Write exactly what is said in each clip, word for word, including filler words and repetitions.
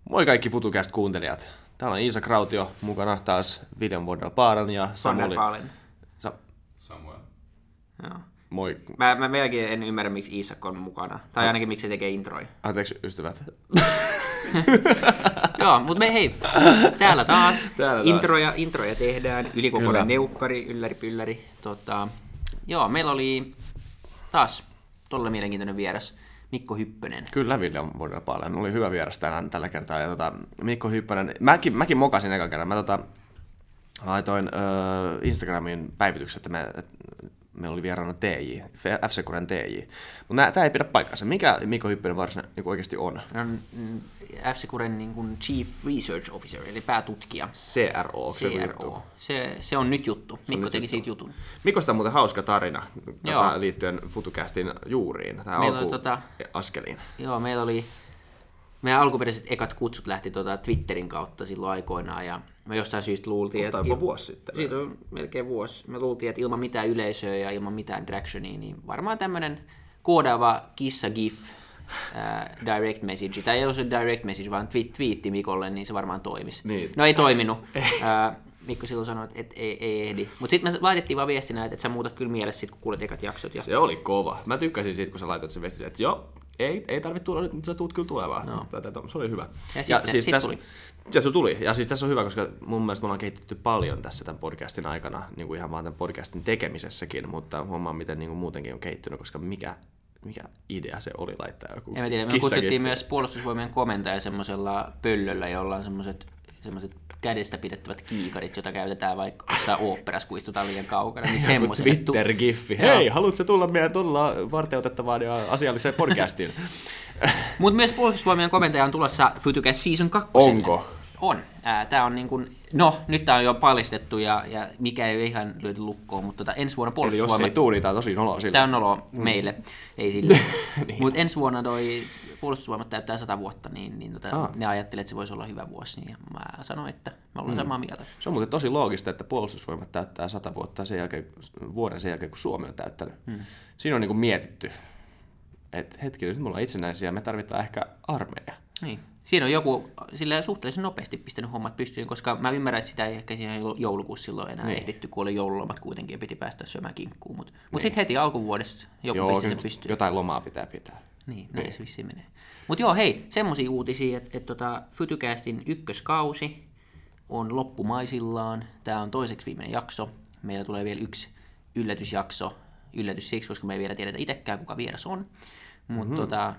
Moi kaikki FutuCast-kuuntelijat. Täällä on Iisa Krautio mukana taas William Wonderpaaran ja Samuel. Sa- Samuel. Joo. Moi. Mä, mä melkein en ymmärrä, miksi Iisak on mukana. Tai ainakin miksi se tekee introja. Anteeksi ystävät. Joo, mutta me hei, täällä taas. Täällä taas. Introja, introja tehdään. Ylikokoinen Kyllä. neukkari, ylläri pylläri. Tota, joo, meillä oli taas todella mielenkiintoinen vieras. Mikko Hyppönen. Kyllä, William Wonderpaaran. Oli hyvä vieras tänään tällä kertaa. Ja tota, Mikko Hyppönen, mäkin, mäkin mokasin ekan kerran. Mä tota, laitoin öö, Instagramin päivityksen, että me, et, me oli vieraana T J, F Securen T J. Mutta tämä ei pidä paikkaansa. Mikä Mikko Hyppönen varsinaisesti niin oikeasti on? On mm, F Securen niin kuin Chief Research Officer, eli päätutkija. C R O. C R O. Se, se on nyt juttu. Mikko nyt teki juttu. siitä jutun. Mikosta on muuten hauska tarina Joo. tota, liittyen FutuCastin juuriin, tähän Meillä on alku tota- askeliin. Joo, meillä oli, meidän alkuperäiset ekat kutsut lähti tuota Twitterin kautta silloin aikoinaan, ja me jostain syystä luultiin, että... Jopa vuosi sitten. Siitä on melkein vuosi. Me luultiin, että ilman mitään yleisöä ja ilman mitään directionia, niin varmaan tämmöinen koodaava kissa-gif ää, direct message, tai ei ollut se direct message, vaan twi- twiitti Mikolle, niin se varmaan toimisi. Niin. No ei toiminut. Ää, Mikko silloin sanoi, että et, ei, ei ehdi. Mutta sitten me laitettiin vaan viestinä, että et sä muutat kyllä mielessä sit, kun kuulet ekat jaksot. Ja... Se oli kova. Mä tykkäsin siitä, kun sä laitoit sen viestin, että joo, ei, ei tarvitse tulla nyt, mutta sä tuut kyllä tulemaan. No. Se oli hyvä. Ja sitten sit tässä, tuli. Ja se tuli. Ja siis tässä on hyvä, koska mun mielestä me ollaan kehitetty paljon tässä tämän podcastin aikana, niin kuin ihan vaan tämän podcastin tekemisessäkin, mutta huomaan, miten niin kuin muutenkin on kehittynyt, koska mikä, mikä idea se oli laittaa joku En mä tiedä, me kissakin. kutsuttiin myös puolustusvoimien komentaja semmoisella pöllöllä, jolla on semmoiset semmoiset kädestä pidettävät kiikarit, joita käytetään vaikka jossain oopperassa, kun istutaan liian kaukana, niin semmoiset. Twitter-giffi. Hei, haluatko tulla meidän tulla varteutettavaan ja asialliseen podcastiin? Mutta myös puolustusvoimien komentaja on tulossa FutuCast Season kaksi. Onko? On. Ää, tää on niin kuin, no nyt tää on jo paljastettu ja, ja mikä ei ole ihan löyty lukkoon, mutta tota, ensi vuonna Eli jos puolustusvoimat... ei tuu, niin tää on tosi noloa sillä. Tää on noloa Mm. meille, ei sille. Niin. Mutta ensi vuonna toi puolustusvoimat täyttää sata vuotta, niin, niin tota, Ah. ne ajattelivat, että se voisi olla hyvä vuosi, niin mä sanoin, että me ollaan Mm. samaa mieltä. Se on muuten tosi loogista, että puolustusvoimat täyttää sata vuotta sen jälkeen, vuoden sen jälkeen, kun Suomi on täyttänyt. Hmm. Siinä on niin kuin mietitty, että hetki, nyt me ollaan itsenäisiä, me tarvitaan ehkä armeija. Niin. Siinä on joku sillä suhteellisen nopeasti pistänyt hommat pystyyn, koska mä ymmärrän, että sitä ei ehkä siihen joulukuussa silloin enää Niin. ehditty, kun oli joululomat kuitenkin ja piti päästä syömään kinkkuun. Mutta mut Niin. sitten heti alkuvuodesta joku Joo, pisti sen nyt pystyyn. jotain lomaa pitää pitää. Niin, näin Niin. se vissiin menee. Mutta joo, hei, semmosia uutisia, että et tota, FutuCastin ykköskausi on loppumaisillaan. Tämä on toiseksi viimeinen jakso. Meillä tulee vielä yksi yllätysjakso. Yllätys siksi, koska me ei vielä tiedetä itsekään, kuka vieras on. Mutta Mhm. tota,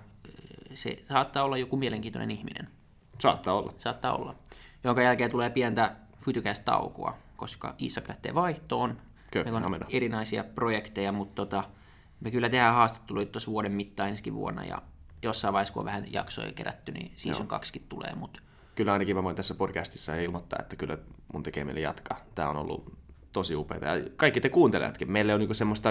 se saattaa olla joku mielenkiintoinen ihminen. Saattaa olla. Saattaa olla. Jonka jälkeen tulee pientä FutuCast-taukoa, koska Iisak lähtee vaihtoon. Kyllä, Meillä on amena. erinäisiä projekteja, mutta tota, me kyllä tehdään haastatteluja tuossa vuoden mittaan ensi vuonna, ja jossain vaiheessa, kun on vähän jaksoja kerätty, niin season kaksikin tulee. Mutta... Kyllä ainakin mä voin tässä podcastissa ilmoittaa, että kyllä mun tekee mieli jatkaa. Tämä on ollut tosi upeaa. Ja kaikki te kuuntelijatkin. Meille on niinku semmoista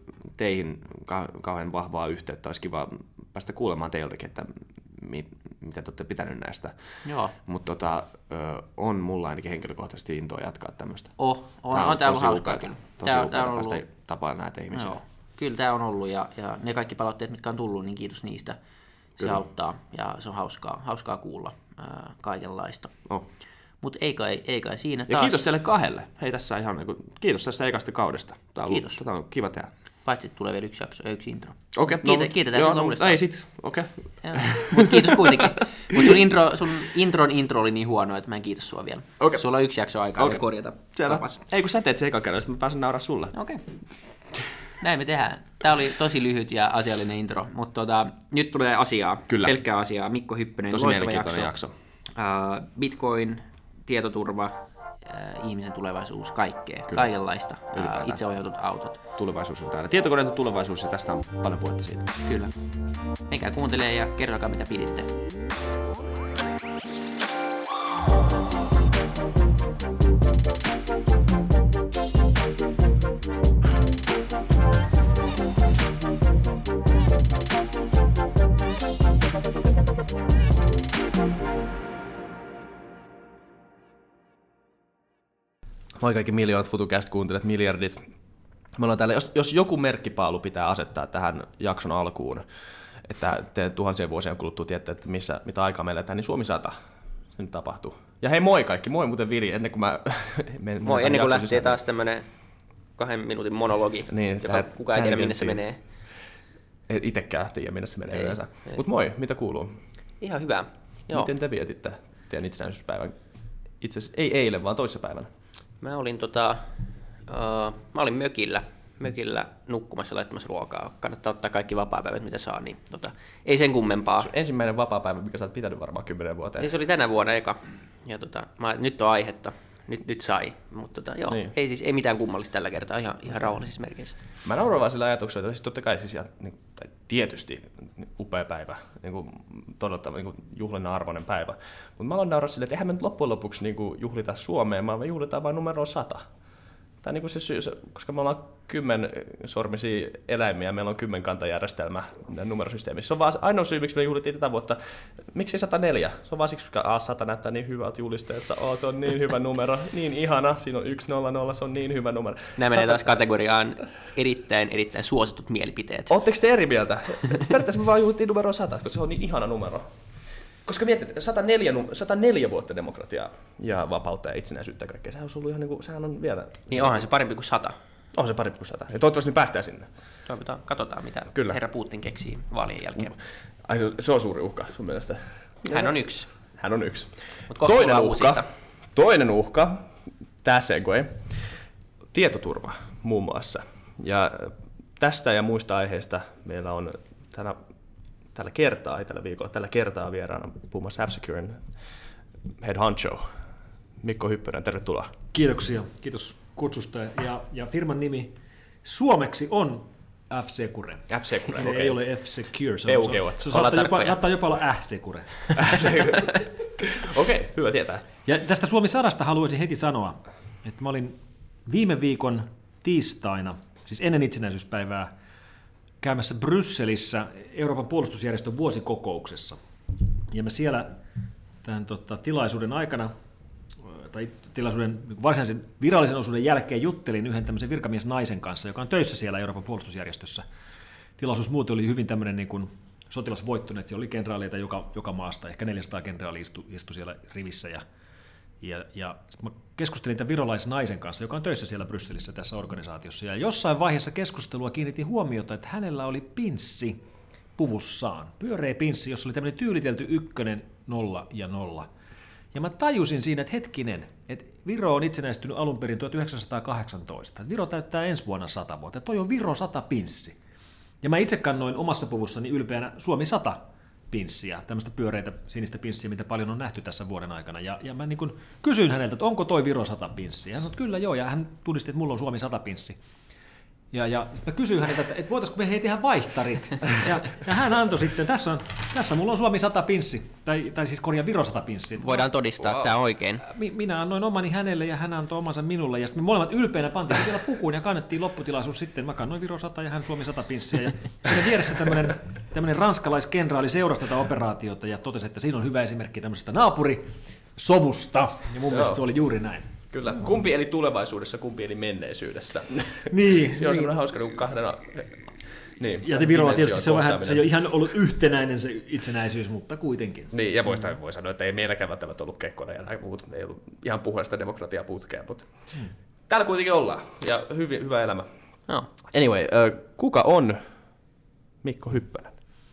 teihin kau- kauhean vahvaa yhteyttä. Olisi kiva päästä kuulemaan teiltäkin, että mit, mitä te olette pitänyt näistä. Joo. Mutta tota, on mulla ainakin henkilökohtaisesti intoa jatkaa tämmöistä. Oh, on, on, on tämä ollut hauskaa upeata. kyllä. Tosi Tää, upeata tää on päästä ollut, tapaamaan näitä ihmisiä. joo, kyllä tämä on ollut, ja, ja ne kaikki palautteet, mitkä on tullut, niin kiitos niistä. Se Kyllä. auttaa, ja se on hauskaa, hauskaa kuulla ää, kaikenlaista. Oh. Mutta ei kai, ei kai siinä Ja taas. kiitos teille kahdelle. Hei, tässä ihan, niin kuin, kiitos tästä ekasta kaudesta. Tämä on, Kiitos. Tätä on kiva tehdä. Paitsi että tulee vielä yksi jakso ja yksi intro. Okei, Kiitä, no, kiitetään joo, sinua no, uudestaan. ei sit, okei. Mutta kiitos kuitenkin. Mutta sun, intro, sun intron intro oli niin huono, että mä en kiitos sua vielä. Okei. Sulla on yksi jakso aikaa Okei. vielä korjata. Selvä. tapas. Ei kun sä teet se eka kerran, sitten mä pääsen nauraa sulle. Okei. Okay. Näin me tehdään. Tää oli tosi lyhyt ja asiallinen intro, mutta tota, nyt tulee asiaa. Kyllä. Pelkkää asiaa. Mikko Hyppönen, Tosi loistava mielenkiintoinen jakso. jakso. Uh, Bitcoin, tietoturva, uh, ihmisen tulevaisuus, kaikkea. Kyllä. Kaikenlaista. Uh, Ylipäätään. itseohjautut autot. Tulevaisuus on täällä. Tietokoneet on tulevaisuus ja tästä on paljon puhetta siitä. Kyllä. Menkää kuuntelee ja kertokaa mitä piditte. Moi kaikki miljoonat FutuCast-kuuntelijat, miljardit. Me ollaan täällä, jos, jos joku merkkipaalu pitää asettaa tähän jakson alkuun, että te tuhansien vuosien kuluttua tiedätte, että missä, mitä aikaa meillä eletään, niin Suomi sata. se nyt tapahtuu. Ja hei moi kaikki, moi muuten Vili, ennen kuin mä... moi, ennen kuin lähtee taas tämmönen kahden minuutin monologi, niin, joka tähän, kukaan ei tiedä minne se menee. Ei itekään tiedä minne se menee ei, yleensä. Mutta moi, mitä kuuluu? Ihan hyvä. Joo. Miten te vietitte teidän itsenäisyyspäivän? Itse asiassa ei eilen, vaan toissapäivänä. Mä olin, tota, uh, mä olin mökillä, mökillä nukkumassa laittamassa ruokaa. Kannattaa ottaa kaikki vapaapäivät, mitä saa, niin tota, ei sen kummempaa. Se on ensimmäinen vapaapäivä, mikä sä oot pitänyt varmaan kymmenen vuoteen. Ei, se oli tänä vuonna eka. Ja tota, mä, nyt on aihetta. Nyt, nyt sai, mutta tota, joo, niin. ei, siis, ei mitään kummallista tällä kertaa, ihan, ihan rauhallisissa merkeissä. Mä nauran vaan sillä ajatuksella, että siis totta kai siis ihan, niin, tai tietysti niin, upea päivä, niin kuin, todella niin juhlinen arvoinen päivä, mutta mä aloin nauraa sille, että eihän me nyt loppujen lopuksi niin kuin, juhlita Suomeen, vaan me juhlitaan vain numeroa sata. Tai niin kuin se syy, koska me ollaan kymmensormisia eläimiä, meillä on kymmenkantajärjestelmä numerosysteemissä. Se on vaan ainoa syy, miksi me juhlittiin tätä vuotta. Miksi sata neljä? Se on vaan siksi, koska A sata näyttää niin hyvältä julisteessa. Oh, se on niin hyvä numero, niin ihana. Siinä on yksi nolla nolla, se on niin hyvä numero. Nämä menee taas kategoriaan erittäin, erittäin suositut mielipiteet. Oletteko te eri mieltä? Periaatteessa me vaan juhlittiin numero sata, koska se on niin ihana numero. Koska mietit, sata neljä, sata neljä vuotta demokratiaa ja vapautta ja itsenäisyyttä ja kaikkea, sehän on ollut ihan niin kuin, sehän on vielä... Niin onhan se parempi kuin sata. On se parempi kuin sata. Ja toivottavasti päästään sinne. Toivotaan, katsotaan mitä Kyllä. herra Putin keksii vaalien jälkeen. Ai, se on suuri uhka sun mielestä? Hän on yksi. Hän on yksi. Toinen uhka, toinen uhka, tämä segue, tietoturva muun muassa. Ja tästä ja muista aiheista meillä on tänä Tällä kertaa, ei tällä viikolla, tällä kertaa vieraana puhumassa F-Securen head honcho, Mikko Hyppönen, tervetuloa. Kiitoksia, kiitos kutsusta. Ja, ja firman nimi suomeksi on F-Secure. F-Secure, se okay. ei ole F-Secure. Se, on, se, se saattaa, jopa, saattaa jopa olla F-Secure. Okei, okay, hyvä tietää. Ja tästä Suomi sadasta haluaisin heti sanoa, että mä olin viime viikon tiistaina, siis ennen itsenäisyyspäivää, käymässä Brysselissä Euroopan puolustusjärjestön vuosikokouksessa. Ja mä siellä tämän tota, tilaisuuden aikana, tai tilaisuuden varsinaisen virallisen osuuden jälkeen juttelin yhden tämmöisen virkamiesnaisen kanssa, joka on töissä siellä Euroopan puolustusjärjestössä. Tilaisuus muuten oli hyvin tämmöinen niin kuin sotilasvoittoinen, että siellä oli kenraaleita joka, joka maasta, ehkä neljäsataa kenraalia istui, istui siellä rivissä. Ja, ja, ja sitten mä keskustelin tämän virolaisnaisen kanssa, joka on töissä siellä Brysselissä tässä organisaatiossa. Ja jossain vaiheessa keskustelua kiinnitin huomiota, että hänellä oli pinssi puvussaan. Pyöreä pinssi, jossa oli tämmöinen tyylitelty ykkönen, nolla ja nolla. Ja mä tajusin siinä, että hetkinen, että Viro on itsenäistynyt alun perin tuhatyhdeksänsataakahdeksantoista. Viro täyttää ensi vuonna sata vuotta. Toi on Viro sata pinssi. Ja mä itse kannoin omassa puvussani ylpeänä Suomi sata pinssiä, tämmöistä pyöreitä sinistä pinssiä, mitä paljon on nähty tässä vuoden aikana. Ja, ja mä niin kun kysyin häneltä, että onko toi Viro sata pinssi. Hän sanoi, että kyllä joo, ja hän tunnisti, että mulla on Suomi sata pinssi. Ja, ja sitten mä kysyin häneltä, että, että voitaisiko me hei tehdä vaihtarit. Ja, ja hän antoi sitten, tässä on, tässä mulla on Suomi sata pinssi, tai, tai siis korjaan Viro sata pinssi. Voidaan todistaa, wow. Tämä oikein. Minä annoin omani hänelle ja hän antoi omansa minulle. Ja sitten me molemmat ylpeänä pantiin vielä pukuun ja kannettiin lopputilaisuus sitten. Mä kannoin Viro sata ja hän Suomi sata pinssiä. Ja siinä vieressä tämmöinen, tämmöinen ranskalaiskenraali seurasi tätä operaatiota ja totesi, että siinä on hyvä esimerkki tämmöisestä naapurisovusta. Ja mun Joo. mielestä se oli juuri näin. Kyllä. Kumpi eli tulevaisuudessa, kumpi eli menneisyydessä. Niin. Se on niin. semmoinen hauska niin kahden... Niin, ja Virolla tietysti se on, vähän, se ei ole ihan ollut yhtenäinen se itsenäisyys, mutta kuitenkin. Niin, ja voi, voi sanoa, että ei meilläkään välttämättä ollut Kekkonen ja näin muut, ei ollut ihan puhdasta demokratiaa putkeen, mutta hmm. täällä kuitenkin ollaan, ja hyvin, hyvä elämä. No. Anyway, uh, kuka on Mikko Hyppönen?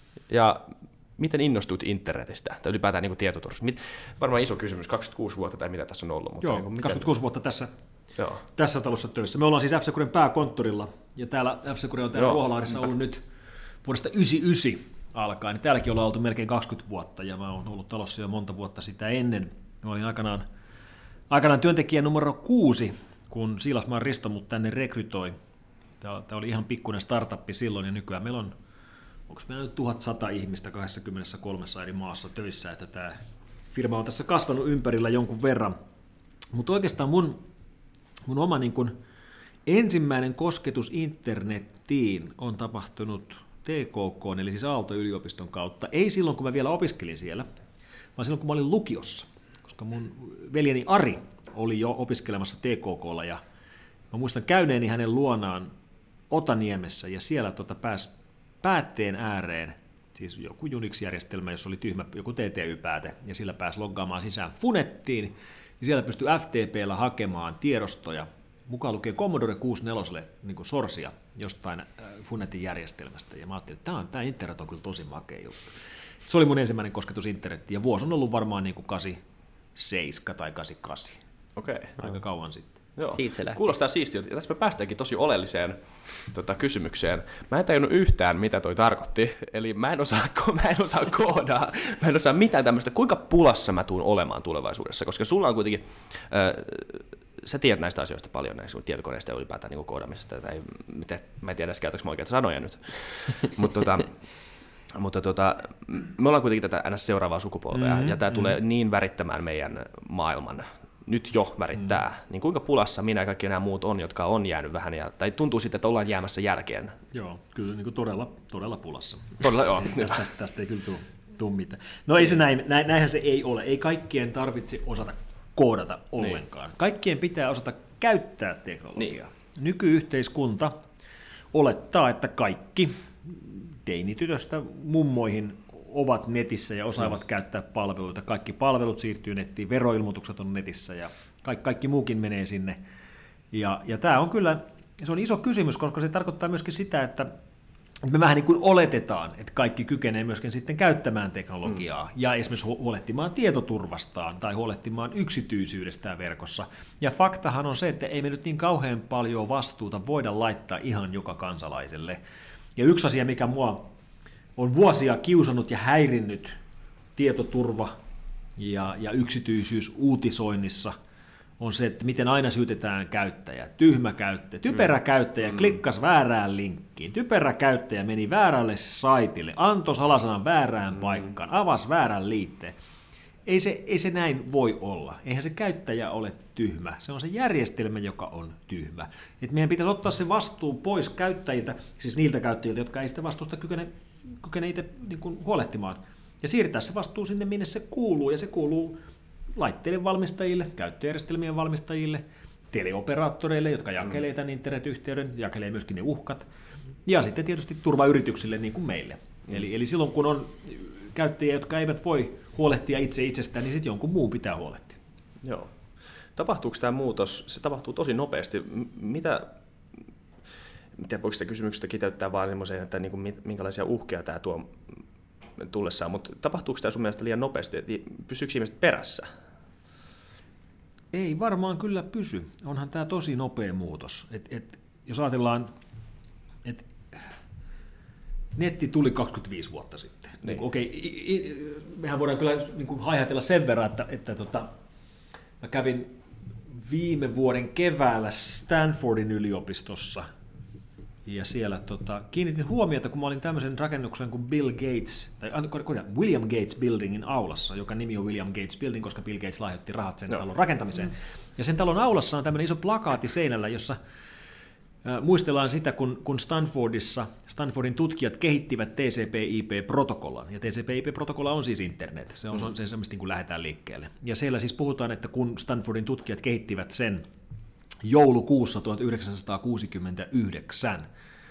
Ja miten innostut internetistä, tai ylipäätään niin tietoturvasta? Varmaan iso kysymys, kaksikymmentäkuusi vuotta tai mitä tässä on ollut. Mutta Joo, niin kuin, miten... kaksikymmentäkuusi vuotta tässä, Joo. tässä talossa töissä. Me ollaan siis F-Securen pääkonttorilla, ja täällä F-Secure on täällä Ruoholahdessa ollut nyt vuodesta yhdeksänkymmentäyhdeksän alkaen. Täälläkin ollaan oltu melkein kaksikymmentä vuotta, ja mä oon ollut talossa jo monta vuotta sitä ennen. Mä olin aikanaan, aikanaan työntekijä numero kuusi, kun Siilasmaan Risto mut tänne rekrytoi. Tämä oli ihan pikkuinen startuppi silloin, ja nykyään meillä on onko meillä nyt tuhatsata ihmistä kaksikymmentäkolme eri maassa töissä, että tämä firma on tässä kasvanut ympärillä jonkun verran. Mutta oikeastaan mun, mun oma niin kun ensimmäinen kosketus internettiin on tapahtunut T K K, eli siis Aalto-yliopiston kautta. Ei silloin, kun mä vielä opiskelin siellä, vaan silloin, kun mä olin lukiossa. Koska mun veljeni Ari oli jo opiskelemassa T K K:lla, ja mä muistan käyneeni hänen luonaan Otaniemessä, ja siellä tota pääsi päätteen ääreen siis joku Unix-järjestelmä, jossa oli tyhmä joku T T Y-pääte, ja sillä pääsi loggaamaan sisään Funettiin, ja siellä pystyi F T P:llä hakemaan tiedostoja, mukaan lukee Commodore kuusikymmentäneljä niin kuin sorsia jostain Funetin järjestelmästä, ja mä ajattelin, että tämä, on, tämä internet on kyllä tosi makea juttu. Se oli mun ensimmäinen kosketus internettiin, ja vuosi on ollut varmaan niin kuin kahdeksankymmentäseitsemän tai kahdeksankymmentäkahdeksan. Okei. Aika kauan sitten. Joo. Siitä se lähti. Kuulostaa siistiltä. Ja tässä me päästäänkin tosi oleelliseen tota, kysymykseen. Mä en tajunnut yhtään, mitä toi tarkoitti. Eli mä en osaa, mä en osaa koodaa. Mä en osaa mitään tämmöistä. Kuinka pulassa mä tuun olemaan tulevaisuudessa? Koska sulla on kuitenkin... Äh, sä tiedät näistä asioista paljon, näistä tietokoneista ja ylipäätään niin koodaamisesta. Tai, miten, mä en tiedä edes, käytäkö mä oikeita sanoja nyt. Mutta tota, mutta tota, me ollaan kuitenkin tätä ns. Seuraavaa sukupolvea. Mm-hmm, ja tämä mm-hmm. tulee niin värittämään meidän maailman. Nyt jo värittää, mm. niin kuinka pulassa minä ja kaikki nämä muut on, jotka on jäänyt vähän, ja, tai tuntuu sitten, että ollaan jäämässä jälkeen. Joo, kyllä niin kuin todella, todella pulassa. Todella, joo. tästä, tästä, tästä ei kyllä tule, tule mitään. No ei se näin, näin, näinhän se ei ole. Ei kaikkien tarvitse osata koodata ollenkaan. Niin. Kaikkien pitää osata käyttää teknologiaa. Niin. Nykyyhteiskunta olettaa, että kaikki teinitytöstä mummoihin ovat netissä ja osaavat no. käyttää palveluita. Kaikki palvelut siirtyy nettiin, veroilmoitukset on netissä ja kaikki, kaikki muukin menee sinne. Ja, ja tämä on kyllä, se on iso kysymys, koska se tarkoittaa myöskin sitä, että me vähän niin kuin oletetaan, että kaikki kykenee myöskin sitten käyttämään teknologiaa mm. ja esimerkiksi huolehtimaan tietoturvastaan tai huolehtimaan yksityisyydestään verkossa. Ja faktahan on se, että ei me nyt niin kauhean paljon vastuuta voida laittaa ihan joka kansalaiselle. Ja yksi asia, mikä mua on vuosia kiusannut ja häirinnyt tietoturva ja, ja yksityisyys uutisoinnissa, on se, että miten aina syytetään käyttäjä, tyhmä käyttäjä, typerä käyttäjä mm. klikkasi väärään linkkiin, typerä käyttäjä meni väärälle saitille, antoi salasanan väärään mm. paikkaan, avasi väärän liitteen. Ei se, ei se näin voi olla. Eihän se käyttäjä ole tyhmä. Se on se järjestelmä, joka on tyhmä. Et meidän pitäisi ottaa se vastuu pois käyttäjiltä, siis niiltä käyttäjiltä, jotka ei sitä vastuusta kykene, kykene itse niin kuin huolehtimaan. Ja siirtää se vastuu sinne, minne se kuuluu. Ja se kuuluu laitteiden valmistajille, käyttöjärjestelmien valmistajille, teleoperaattoreille, jotka jakelee tämän internetyhteyden, jakelee myöskin ne uhkat. Ja sitten tietysti turvayrityksille niin kuin meille. Mm. Eli, eli silloin, kun on käyttäjiä, jotka eivät voi huolehtia itse itsestään, niin sitten jonkun muun pitää huolehtia. Joo. Tapahtuuko tämä muutos? Se tapahtuu tosi nopeasti. Mitä, miten voiko sitä kysymyksestä kiteyttää vaan semmoiseen, että niin kuin minkälaisia uhkia tämä tuo tullessaan, mutta tapahtuuko tämä sun mielestä liian nopeasti? Pysyykö ihmiset perässä? Ei varmaan kyllä pysy. Onhan tämä tosi nopea muutos. Et, et, jos ajatellaan, että netti tuli kaksikymmentäviisi vuotta sitten. Niin. Niin, okei, i, i, mehän voidaan kyllä niin kuin haihatella sen verran, että, että tota, mä kävin viime vuoden keväällä Stanfordin yliopistossa, ja siellä tota, kiinnitin huomiota, kun mä olin tämmöisen rakennuksen kuin Bill Gates, tai William Gates Buildingin aulassa, joka nimi on William Gates Building, koska Bill Gates lahjoitti rahat sen no. talon rakentamiseen. Mm. Ja sen talon aulassa on tämmöinen iso plakaatti seinällä, jossa muistellaan sitä, kun, kun Stanfordissa, Stanfordin tutkijat kehittivät T C P I P-protokollan, ja T C P I P-protokolla on siis internet, se on mm-hmm. se, se mistä niin lähdetään liikkeelle. Ja siellä siis puhutaan, että kun Stanfordin tutkijat kehittivät sen joulukuussa tuhatyhdeksänsataakuusikymmentäyhdeksän,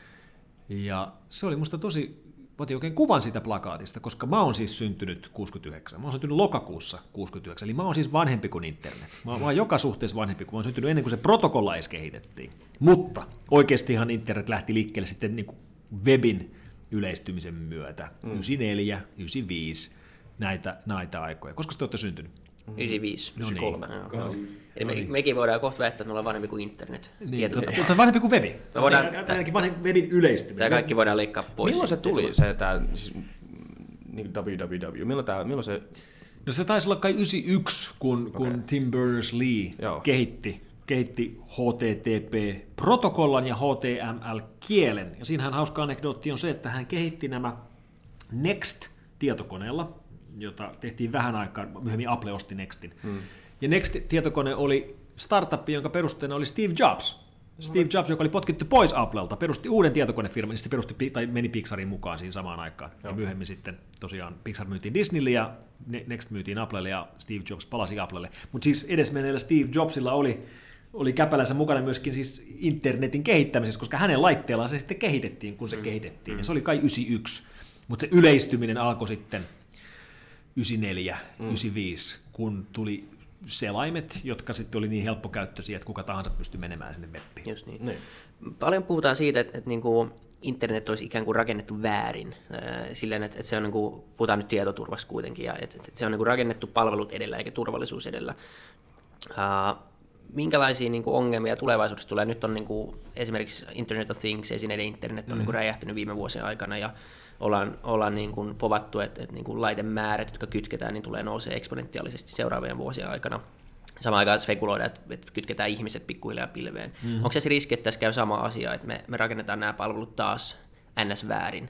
ja se oli musta tosi, otin oikein kuvan siitä plakaatista, koska mä oon siis syntynyt kuusikymmentäyhdeksän, mä oon syntynyt lokakuussa kuusikymmentäyhdeksän, eli mä oon siis vanhempi kuin internet. Mä oon, mä oon joka suhteessa vanhempi, kun mä oon syntynyt ennen kuin se protokolla edes kehitettiin. Mutta oikeastihan internet lähti liikkeelle sitten niin kuin webin yleistymisen myötä, mm. yhdeksänkymmentäneljä, yhdeksänkymmentäviisi, näitä, näitä aikoja. Koska te olette syntynyt? yhdeksänkymmentäviisi. No yhdeksänkymmentäkolme. niin. Eli me, mekin voidaan kohta väittää, että me ollaan vanhempi kuin internet. Niin, mutta vanhempi kuin webi. Se on ainakin vanhempi webin yleistyminen. Tämä kaikki voidaan leikkaa pois. Milloin se tuli, se tämä siis, niin W W W, milloin, tämä, milloin se... No se taisi olla kai yhdeksänkymmentäyksi, kun, okay. kun Tim Berners-Lee Joo. kehitti, kehitti H T T P-protokollan ja H T M L-kielen. Ja siinähän hauska anekdootti on se, että hän kehitti nämä Next-tietokoneella, jota tehtiin vähän aikaa, myöhemmin Apple osti Nextin. Hmm. Ja Next-tietokone oli startup, jonka perusteena oli Steve Jobs. Steve Jobs, joka oli potkittu pois Applelta, perusti uuden tietokonefirman, niin se perusti, tai meni Pixarin mukaan siinä samaan aikaan. Joo. Ja myöhemmin sitten tosiaan Pixar myytiin Disneylle ja Next myytiin Applelle ja Steve Jobs palasi Applelle. Mutta siis edesmenneellä Steve Jobsilla oli, oli käpälänsä mukana myöskin siis internetin kehittämisessä, koska hänen laitteellaan se sitten kehitettiin, kun se mm. kehitettiin. Mm. Ja se oli kai yhdeksänkymmentäyksi. Mutta se yleistyminen alkoi sitten yhdeksänkymmentäneljä yhdeksänkymmentäviisi, kun tuli selaimet, jotka sitten oli niin helppokäyttöisiä, että kuka tahansa pystyi menemään sinne webbiin. Just niin. Niin. Paljon puhutaan siitä, että, että niinku internet olisi ikään kuin rakennettu väärin, silleen, että, että se on, niinku, puhutaan nyt tietoturvasta kuitenkin, ja että, että se on niinku rakennettu palvelut edellä eikä turvallisuus edellä. Uh, minkälaisia niinku ongelmia tulevaisuudessa tulee? Nyt on niinku, esimerkiksi Internet of Things, esineiden internet on mm. niinku räjähtynyt viime vuosien aikana, ja ollaan, ollaan niinku povattu, että, että niinku laitemäärät, jotka kytketään, niin tulee nousee eksponentiaalisesti seuraavien vuosien aikana. Samaan aikaan spekuloidaan, että kytketään ihmiset pikkuhiljaa pilveen. Mm. Onko se se riski, että tässä käy sama asia, että me, me rakennetaan nämä palvelut taas ns. Väärin?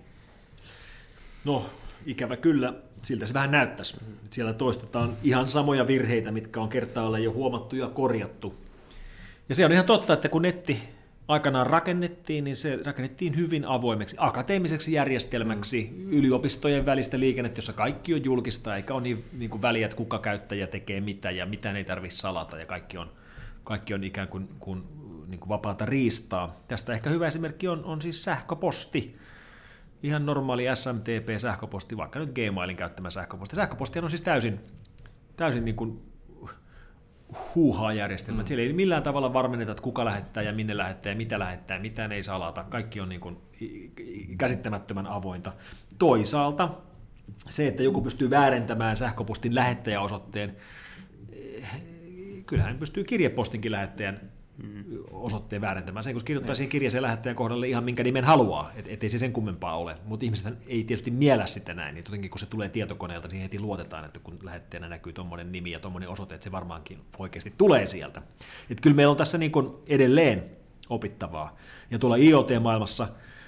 No, ikävä kyllä. Siltä se vähän näyttäisi. Mm. Siellä toistetaan ihan samoja virheitä, mitkä on kertaalleen jo huomattu ja korjattu. Ja se on ihan totta, että kun netti aikanaan rakennettiin, niin se rakennettiin hyvin avoimeksi, akateemiseksi järjestelmäksi, mm. yliopistojen välistä liikennettä, jossa kaikki on julkista, eikä ole niin, niin kuin väliä, että kuka käyttäjä tekee mitä ja mitään ei tarvitse salata, ja kaikki on, kaikki on ikään kuin, kuin, niin kuin vapaata riistaa. Tästä ehkä hyvä esimerkki on, on siis sähköposti. Ihan normaali S M T P-sähköposti, vaikka nyt Gmailin käyttämä sähköposti. Sähköposti on siis täysin, täysin niin kuin huuhaa järjestelmä. Mm. Siellä ei millään tavalla varmenneta, että kuka lähettää ja minne lähettää ja mitä lähettää, mitään ei salata. Kaikki on niin kuin käsittämättömän avointa. Toisaalta se, että joku pystyy väärentämään sähköpostin lähettäjäosoitteen, kyllähän pystyy kirjepostinkin lähettäjän osoitteen väärentämään sen, kun kirjoittaa siihen kirjeeseen lähettäjän kohdalle ihan minkä nimen haluaa, et, ettei se sen kummempaa ole. Mutta ihmiset ei tietysti miellä sitä näin, niin jotenkin kun se tulee tietokoneelta, siihen heti luotetaan, että kun lähettäjänä näkyy tuommoinen nimi ja tuommoinen osoite, että se varmaankin oikeasti tulee sieltä. Et kyllä meillä on tässä niin kuin edelleen opittavaa. Ja tuolla I O T-maailmassa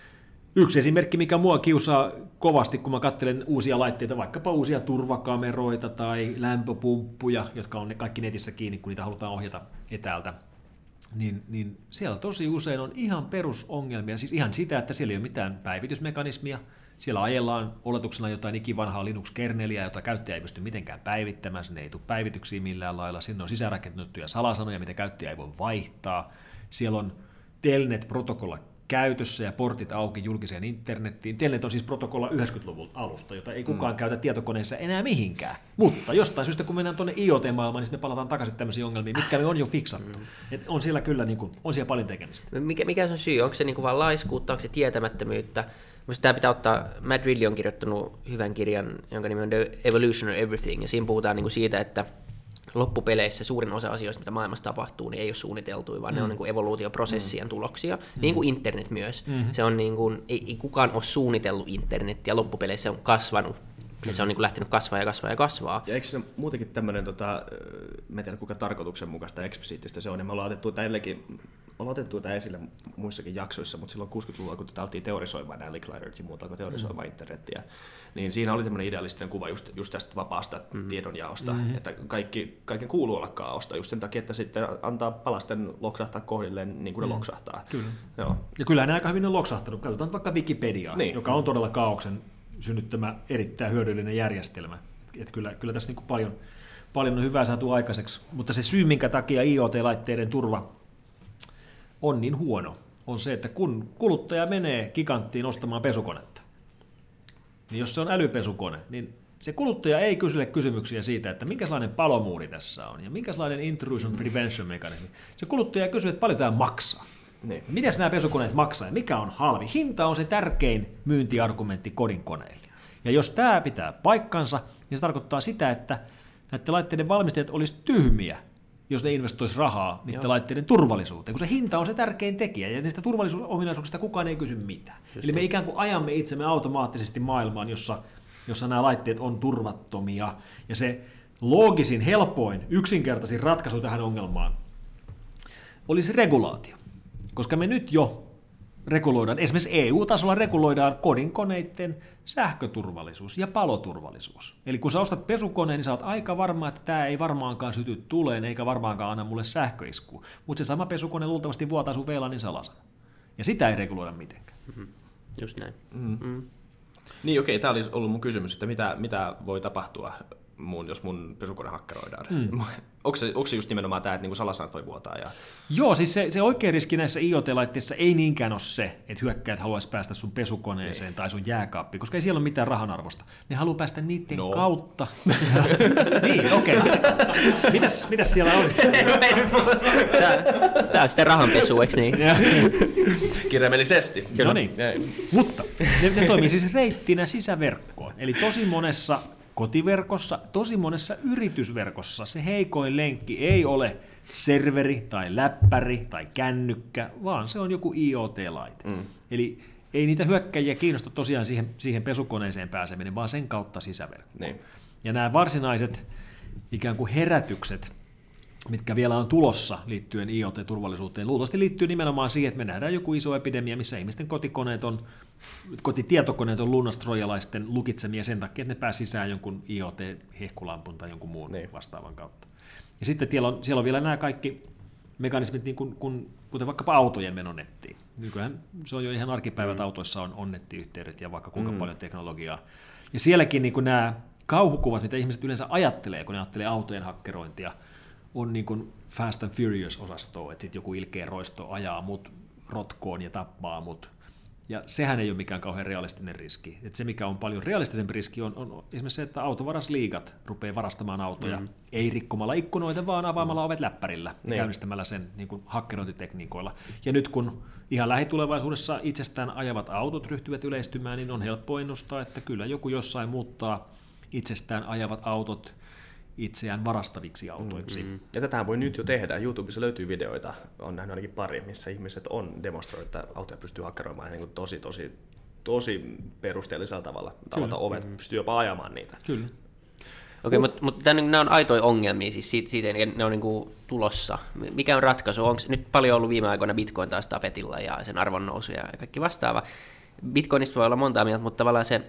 yksi esimerkki, mikä mua kiusaa kovasti, kun mä katselen uusia laitteita, vaikkapa uusia turvakameroita tai lämpöpumppuja, jotka on ne kaikki netissä kiinni, kun niitä halutaan ohjata etäältä, Niin, niin siellä tosi usein on ihan perusongelmia, siis ihan sitä, että siellä ei ole mitään päivitysmekanismia, siellä ajellaan oletuksena jotain ikivanhaa Linux-kerneliä, jota käyttäjä ei pysty mitenkään päivittämään, sinne ei tule päivityksiä millään lailla, sinne on sisäänrakennettuja salasanoja, mitä käyttäjä ei voi vaihtaa, siellä on Telnet-protokolla käytössä ja portit auki julkiseen internettiin. Telnet on siis protokolla yhdeksänkymmentäluvun alusta, jota ei kukaan mm. käytä tietokoneessa enää mihinkään. Mutta jostain syystä, kun mennään tuonne I O T-maailmaan, niin me palataan takaisin tämmöisiin ongelmiin, mitkä me on jo fiksattu. Mm. Et on siellä kyllä niin kuin, on siellä paljon tekemistä. Mikä, mikä se on syy? Onko se niin kuin vain laiskuutta, onko se tietämättömyyttä? Minusta tämä pitää ottaa, Matt Ridley on kirjoittanut hyvän kirjan, jonka nimi on The Evolution of Everything, ja siinä puhutaan niin kuin siitä, että loppupeleissä suurin osa asioista, mitä maailmassa tapahtuu, niin ei ole suunniteltu, vaan mm. ne on niin kuin evoluutioprosessien mm. tuloksia, mm. niin kuin internet myös. Mm. Se on niin kuin, ei, ei kukaan ole suunnitellut internetiä, loppupeleissä on kasvanut, ja se on niin kuin lähtenyt kasvaa ja kasvaa ja kasvaa. Ja eikö se muutenkin tämmöinen, tota, mä en tiedä kuinka tarkoituksenmukaista ja eksplisiittistä se on, niin me ollaan otettu tämä, ollaan otettu tämä esille muissakin jaksoissa, mutta silloin kuusikymmentäluvulla, kun tätä altiin teorisoimaan, nämä Lickliderit ja muuta, alkoi teorisoimaan mm. internetiä, niin siinä oli tämmöinen idealistinen kuva just, just tästä vapaasta mm. tiedonjaosta, mm-hmm. että kaikki, kaiken kuuluu olla kaaosta, just sen takia, että sitten antaa palasten loksahtaa kohdilleen niin kuin ne mm. loksahtaa. Kyllä. Joo. Ja kyllähän ne aika hyvin on loksahtanut. Katsotaan vaikka Wikipediaa, niin. joka on todella kaaoksen synnyttämä erittäin hyödyllinen järjestelmä. Et kyllä, kyllä tässä niin kuin paljon, paljon on hyvää saatu aikaiseksi, mutta se syy, minkä takia I O T-laitteiden turva on niin huono, on se, että kun kuluttaja menee Giganttiin ostamaan pesukonetta, niin jos se on älypesukone, niin se kuluttaja ei kysyle kysymyksiä siitä, että minkälainen palomuuri tässä on ja minkälainen intrusion prevention mekanismi. Se kuluttaja kysyy, että paljon tämä maksaa. Niin. Mitäs nämä pesukoneet maksaa ja mikä on halvi? Hinta on se tärkein myyntiargumentti kodinkoneille. Ja jos tämä pitää paikkansa, niin se tarkoittaa sitä, että näiden laitteiden valmistajat olisi tyhmiä, jos ne investoisi rahaa niiden Joo. laitteiden turvallisuuteen, kun se hinta on se tärkein tekijä, ja niistä turvallisuusominaisuuksista kukaan ei kysy mitään. Just Eli me niin. ikään kuin ajamme itsemme automaattisesti maailmaan, jossa, jossa nämä laitteet on turvattomia, ja se loogisin, helpoin, yksinkertaisin ratkaisu tähän ongelmaan olisi regulaatio. Koska me nyt jo reguloidaan, esimerkiksi E U-tasolla reguloidaan kodinkoneiden sähköturvallisuus ja paloturvallisuus. Eli kun sä ostat pesukoneen, niin sä oot aika varma, että tämä ei varmaankaan syty tuleen, eikä varmaankaan anna mulle sähköiskua. Mutta se sama pesukone luultavasti vuotaa sun V LANin salasan. Ja sitä ei reguloida mitenkään. Mm-hmm. Just näin. Mm. Mm. Niin okei, tämä olisi ollut mun kysymys, että mitä, mitä voi tapahtua mun, jos mun pesukone hakkeroidaan. Mm. Onko, se, onko se just nimenomaan tämä, että niinku salasanat voi vuotaa? Ja... Joo, siis se, se oikea riski näissä I O T-laitteissa ei niinkään ole se, että hyökkäät haluaisi päästä sun pesukoneeseen ei. tai sun jääkaappiin, koska ei siellä ole mitään rahanarvosta. Ne haluaa päästä niiden no. kautta. Niin, okei. Okay. Mitäs, mitäs siellä on? Tämä on sitten rahanpesu, eikö niin? Kirjaimellisesti. No niin, mutta ne, ne toimii siis reittinä sisäverkkoon. Eli tosi monessa kotiverkossa, tosi monessa yritysverkossa se heikoin lenkki ei ole serveri tai läppäri tai kännykkä, vaan se on joku I O T-laite. Mm. Eli ei niitä hyökkäjiä kiinnosta tosiaan siihen, siihen pesukoneeseen pääseminen, vaan sen kautta sisäverkkoon. Niin. Ja nämä varsinaiset ikään kuin herätykset, mitkä vielä on tulossa liittyen I O T-turvallisuuteen, luultavasti liittyy nimenomaan siihen, että me nähdään joku iso epidemia, missä ihmisten kotikoneet on, kotitietokoneet on lunnastrojalaisten lukitsemia sen takia, että ne pääsee sisään jonkun I O T-hehkulampun tai jonkun muun niin. vastaavan kautta. Ja sitten siellä on, siellä on vielä nämä kaikki mekanismit, niin kuin, kun, kuten vaikkapa autojen meno nettiin. Nykyään se on jo ihan arkipäivät, mm. autoissa on, on nettiyhteydet ja vaikka kuinka mm. paljon teknologiaa. Ja sielläkin niin kuin nämä kauhukuvat, mitä ihmiset yleensä ajattelee, kun ne ajattelee autojen hakkerointia, on niin kuin Fast and Furious-osastoa, että sitten joku ilkeä roisto ajaa mut rotkoon ja tappaa mut. Ja sehän ei ole mikään kauhean realistinen riski. Et se, mikä on paljon realistisempi riski, on, on esimerkiksi se, että autovarasliigat rupeaa varastamaan autoja, mm. ei rikkomalla ikkunoita, vaan avaamalla ovet läppärillä ja niin. käynnistämällä sen niin kuin hakkerointitekniikoilla. Ja nyt kun ihan lähitulevaisuudessa itsestään ajavat autot ryhtyvät yleistymään, niin on helppo ennustaa, että kyllä joku jossain muuttaa itsestään ajavat autot itseään varastaviksi autoiksi. Mm-hmm. Ja tätähän voi nyt jo tehdä. YouTubessa löytyy videoita, on nähnyt ainakin pari, missä ihmiset on demonstroineet, että autoja pystyy hakkeroimaan niin kuin tosi, tosi, tosi perusteellisella tavalla. Tavallaan ovet mm-hmm. pystyy jopa ajamaan niitä. Kyllä. Okei, mutta mut, nämä on aitoja ongelmia, siis siitä, siitä ne on niinku tulossa. Mikä on ratkaisu? Onko nyt paljon ollut viime aikoina Bitcoin taas tapetilla ja sen arvonnousu ja kaikki vastaava? Bitcoinista voi olla monta mieltä, mutta tavallaan se,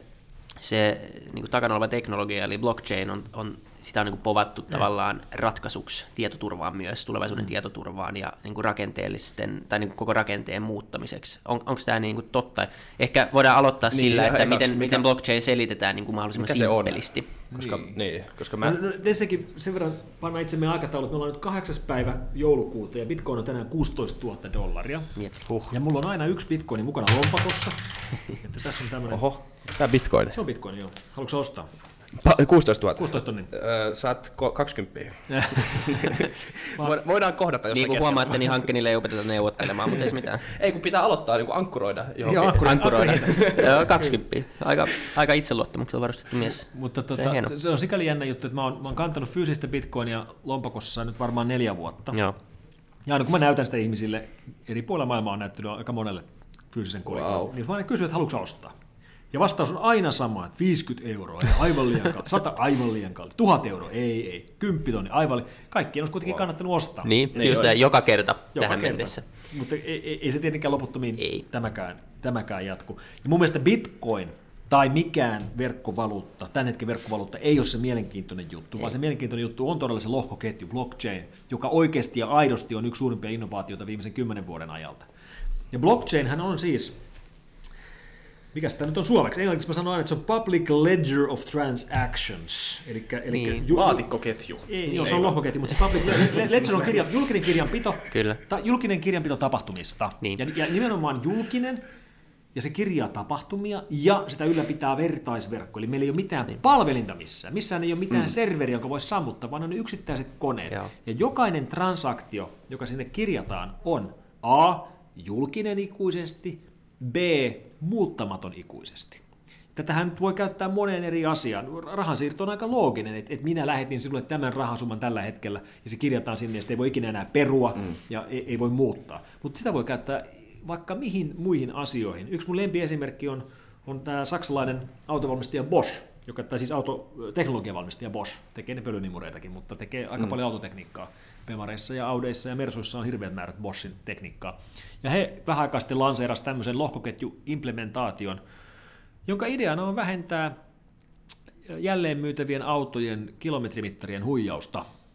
se niin takana oleva teknologia, eli blockchain, on, on sitä on niin kuin povattu mm. tavallaan ratkaisuksi tietoturvaan myös, tulevaisuuden mm. tietoturvaan ja niin kuin rakenteellisten, tai niin kuin koko rakenteen muuttamiseksi. On, onko tämä niin kuin totta? Ehkä voidaan aloittaa niin, sillä, että miten, mikä, miten blockchain selitetään niin kuin mahdollisimman simppelisti. Koska, niin. Niin, koska mä... no, no, ensinnäkin sen verran pannaan itsemme aikataulut. Me ollaan nyt kahdeksas päivä joulukuuta ja Bitcoin on tänään kuusitoistatuhatta dollaria. Yep. Huh. Ja mulla on aina yksi Bitcoin mukana lompakossa. Että tässä on tämmöinen... Oho, tämä Bitcoin. Se on Bitcoin, joo. Haluatko ostaa? kuusitoistatuhatta. kuusitoista tonnin. Öö, saat kaksikymmentä. Voidaan kohdata jossain niin kuin huomaatte, niin hankkeenille ei opeteta neuvottelemaan, mutta ei mitään. Ei, kun pitää aloittaa niin kuin ankkuroida johonkin. Joo, ankkuroida. Joo, kaksikymmentä. Aika, aika itseluottamuksella varustettu mies. Mutta tota, se, se on sikäli jännä juttu, että mä oon, mä oon kantanut fyysistä Bitcoinia lompakossa nyt varmaan neljä vuotta. Joo. Ja aina kun mä näytän sitä ihmisille, eri puolilla maailmaa on näyttänyt aika monelle fyysisen kolikon, wow. niin mä aina kysyn, että haluatko ostaa? Ja vastaus on aina sama, että viisikymmentä euroa, aivan liian kalli, sata aivan liian kalli, tuhat euroa, ei, ei, kymppi tonni, aivan liian. Kaikkien olisi kuitenkin wow. kannattanut ostaa. Niin, niin just näin, joka kerta joka tähän kerta. mennessä. Mutta ei, ei, ei se tietenkään loputtomiin tämäkään, tämäkään jatku. Ja mun mielestä Bitcoin tai mikään verkkovaluutta, tämän hetken verkkovaluutta ei ole se mielenkiintoinen juttu, ei. vaan se mielenkiintoinen juttu on todella se lohkoketju, blockchain, joka oikeasti ja aidosti on yksi suurimpia innovaatioita viimeisen kymmenen vuoden ajalta. Ja blockchainhän on siis... Mikäs tämä nyt on suomeksi? Englanniksi mä sanon aina, että se on Public Ledger of Transactions. Elikkä, elikkä niin. ju- Laatikkoketju. Ei, joo, se on lohkoketju, mutta se Public Ledger on kirja, julkinen kirjanpito, Kyllä. Ta, julkinen kirjanpito tapahtumista. Niin. Ja, ja nimenomaan julkinen, ja se kirjaa tapahtumia, ja sitä ylläpitää vertaisverkko. Eli meillä ei ole mitään niin. palvelinta missään. Missään ei ole mitään mm. serveriä, jonka voisi sammuttaa, vaan on yksittäiset koneet. Joo. Ja jokainen transaktio, joka sinne kirjataan, on A, julkinen ikuisesti, B, muuttamaton ikuisesti. Tätähän voi käyttää moneen eri asiaan. Rahansiirto on aika looginen, että, että minä lähetin sinulle tämän rahasumman tällä hetkellä, ja se kirjataan sinne, ja sitä ei voi ikinä enää perua, mm. ja ei, ei voi muuttaa. Mutta sitä voi käyttää vaikka mihin muihin asioihin. Yksi mun lempiesimerkki on, on tämä saksalainen autovalmistaja Bosch, joka, tai siis autoteknologiavalmistaja Bosch, tekee ne pölynimureitakin, mutta tekee aika mm. paljon autotekniikkaa. Bemareissa ja Audeissa ja Mersuissa on hirveät määrät Boschin tekniikkaa. Ja he vähän aikaa sitten lanseerasivat tämmöisen lohkoketju-implementaation, jonka ideana on vähentää jälleenmyytävien autojen kilometrimittarien huijausta.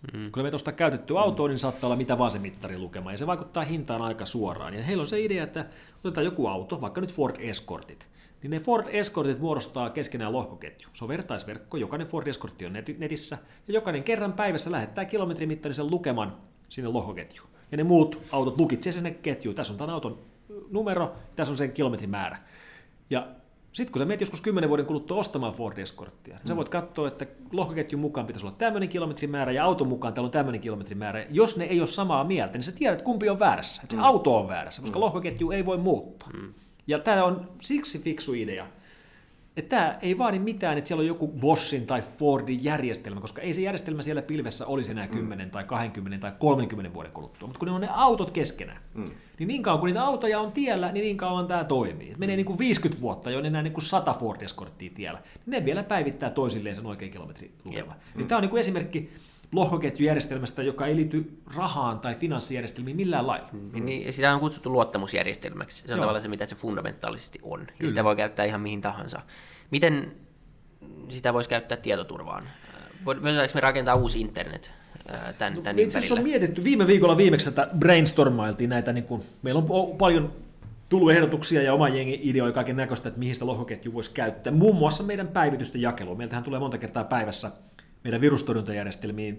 Mm. Kun menet ostaa käytettyä autoa, niin saattaa olla mitä vaan se mittari lukema, ja se vaikuttaa hintaan aika suoraan. Ja heillä on se idea, että otetaan joku auto, vaikka nyt Ford Escortit, niin ne Ford Escortit muodostaa keskenään lohkoketju. Se on vertaisverkko, jokainen Ford Escortti on netissä, ja jokainen kerran päivässä lähettää kilometrimittaisen lukeman sinne lohkoketjuun. Ja ne muut autot lukitsee sinne ketjuun. Tässä on tämän auton numero, tässä on sen kilometrimäärä. Ja sitten kun sä menet joskus kymmenen vuoden kuluttua ostamaan Ford Escorttia, niin sä voit katsoa, että lohkoketjun mukaan pitäisi olla tämmöinen kilometrimäärä ja auton mukaan täällä on tämmöinen kilometrimäärä. Jos ne ei ole samaa mieltä, niin sä tiedät, kumpi on väärässä. Että se mm. auto on väärässä, koska mm. lohkoketju ei voi muuttaa. Mm. Ja tämä on siksi fiksu idea, että tämä ei vaadi mitään, että siellä on joku Boschin tai Fordin järjestelmä, koska ei se järjestelmä siellä pilvessä olisi enää kymmenen mm. tai kaksikymmentä tai kolmekymmentä vuoden kuluttua. Mutta kun ne on ne autot keskenään, mm. niin niin kauan kun niitä autoja on tiellä, niin niin kauan tämä toimii. Et menee niin kuin viisikymmentä vuotta, jo enää niin kuin sata Ford Escorttia tiellä, niin ne vielä päivittää toisilleen sen oikein kilometrilukema. Yep. Niin mm. tämä on niin kuin esimerkki lohkoketjujärjestelmästä, joka ei liity rahaan tai finanssijärjestelmiin millään lailla. Mm. Niin, sitä on kutsuttu luottamusjärjestelmäksi. Se on Joo. tavallaan se, mitä se fundamentaalisesti on. Ja sitä voi käyttää ihan mihin tahansa. Miten sitä voisi käyttää tietoturvaan? Voidaanko me rakentaa uusi internet tämän, no, tämän itse asiassa on mietitty. Viime viikolla viimeksi tätä brainstormailtiin näitä. Niin kuin, meillä on paljon tullut ehdotuksia ja oma jengi ideoi kaiken näköistä, että mihin sitä lohkoketjua voisi käyttää. Muun muassa meidän päivitysten jakelua. Meiltähän tulee monta kertaa päivässä meidän virustorjuntajärjestelmiin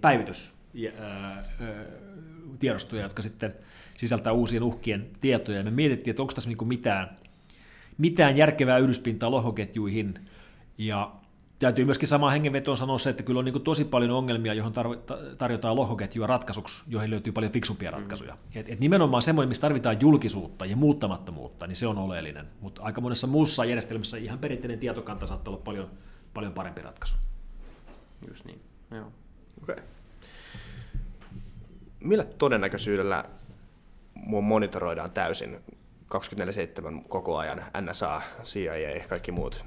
päivitystiedostoja, jotka sitten sisältää uusien uhkien tietoja. Ja me mietittiin, että onko tässä niinku mitään, mitään järkevää yhdyspintaa lohkoketjuihin. Ja täytyy myöskin samaan hengenvetoon sanoa se, että kyllä on niinku tosi paljon ongelmia, johon tarjotaan lohkoketjua ratkaisuksi, joihin löytyy paljon fiksumpia ratkaisuja. Mm. Et, et nimenomaan semmoinen, missä tarvitaan julkisuutta ja muuttamattomuutta, niin se on oleellinen. Mutta aika monessa muussa järjestelmässä ihan perinteinen tietokanta saattaa olla paljon, paljon parempi ratkaisu. Just niin, joo. Okei. Okay. Millä todennäköisyydellä mua monitoroidaan täysin kaksikymmentäneljä seitsemän koko ajan, N S A, C I A, kaikki muut?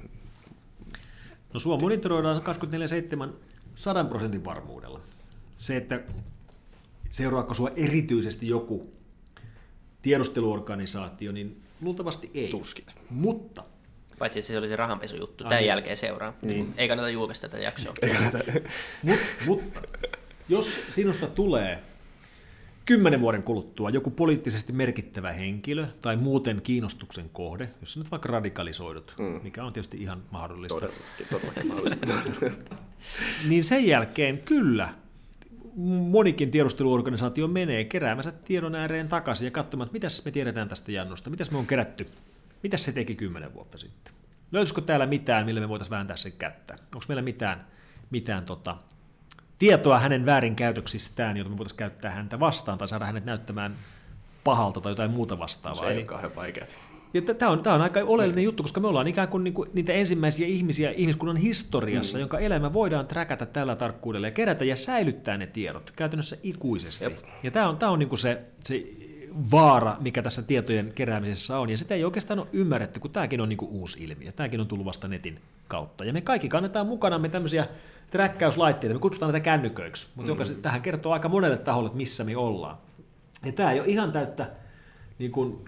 No sua monitoroidaan kaksikymmentäneljä seitsemän sadan prosentin varmuudella. Se, että seuraako sua erityisesti joku tiedusteluorganisaatio, niin luultavasti ei. Tuskin. Mutta paitsi että se oli se rahanpesujuttu. Tämän Ai, jälkeen seuraa. Niin. Ei kannata julkaista tätä jaksoa. Mut, mutta jos sinusta tulee kymmenen vuoden kuluttua joku poliittisesti merkittävä henkilö tai muuten kiinnostuksen kohde, jos sä nyt vaikka radikalisoidut, mm. mikä on tietysti ihan mahdollista, Todellakin mahdollista. niin sen jälkeen kyllä monikin tiedusteluorganisaatio menee keräämänsä tiedon ääreen takaisin ja katsomaan, että mitäs me tiedetään tästä Jannusta, mitäs me on kerätty. Mitäs se teki kymmenen vuotta sitten? Löytyisikö täällä mitään, millä me voitaisiin vääntää sen kättä? Onko meillä mitään, mitään tota, tietoa hänen väärinkäytöksistään, jota me voitaisiin käyttää häntä vastaan tai saada hänet näyttämään pahalta tai jotain muuta vastaavaa? Se ei ole kauhean vaikeaa. Tämä on, tämä on aika oleellinen juttu, koska me ollaan ikään kuin, niin kuin niitä ensimmäisiä ihmisiä ihmiskunnan historiassa, mm. jonka elämä voidaan träkätä tällä tarkkuudella ja kerätä ja säilyttää ne tiedot käytännössä ikuisesti. Jep. Ja tämä on, tämä on niin kuin se, se vaara, mikä tässä tietojen keräämisessä on, ja sitä ei oikeastaan ole ymmärretty, kun tämäkin on niin kuin uusi ilmiö. Tämäkin on tullut vasta netin kautta. Ja me kaikki kannetaan mukanamme tämmöisiä träkkäyslaitteita, me kutsutaan näitä kännyköiksi, mutta mm-hmm. joka tähän kertoo aika monelle taholle, että missä me ollaan. Ja tämä ei ole ihan täyttä niin kuin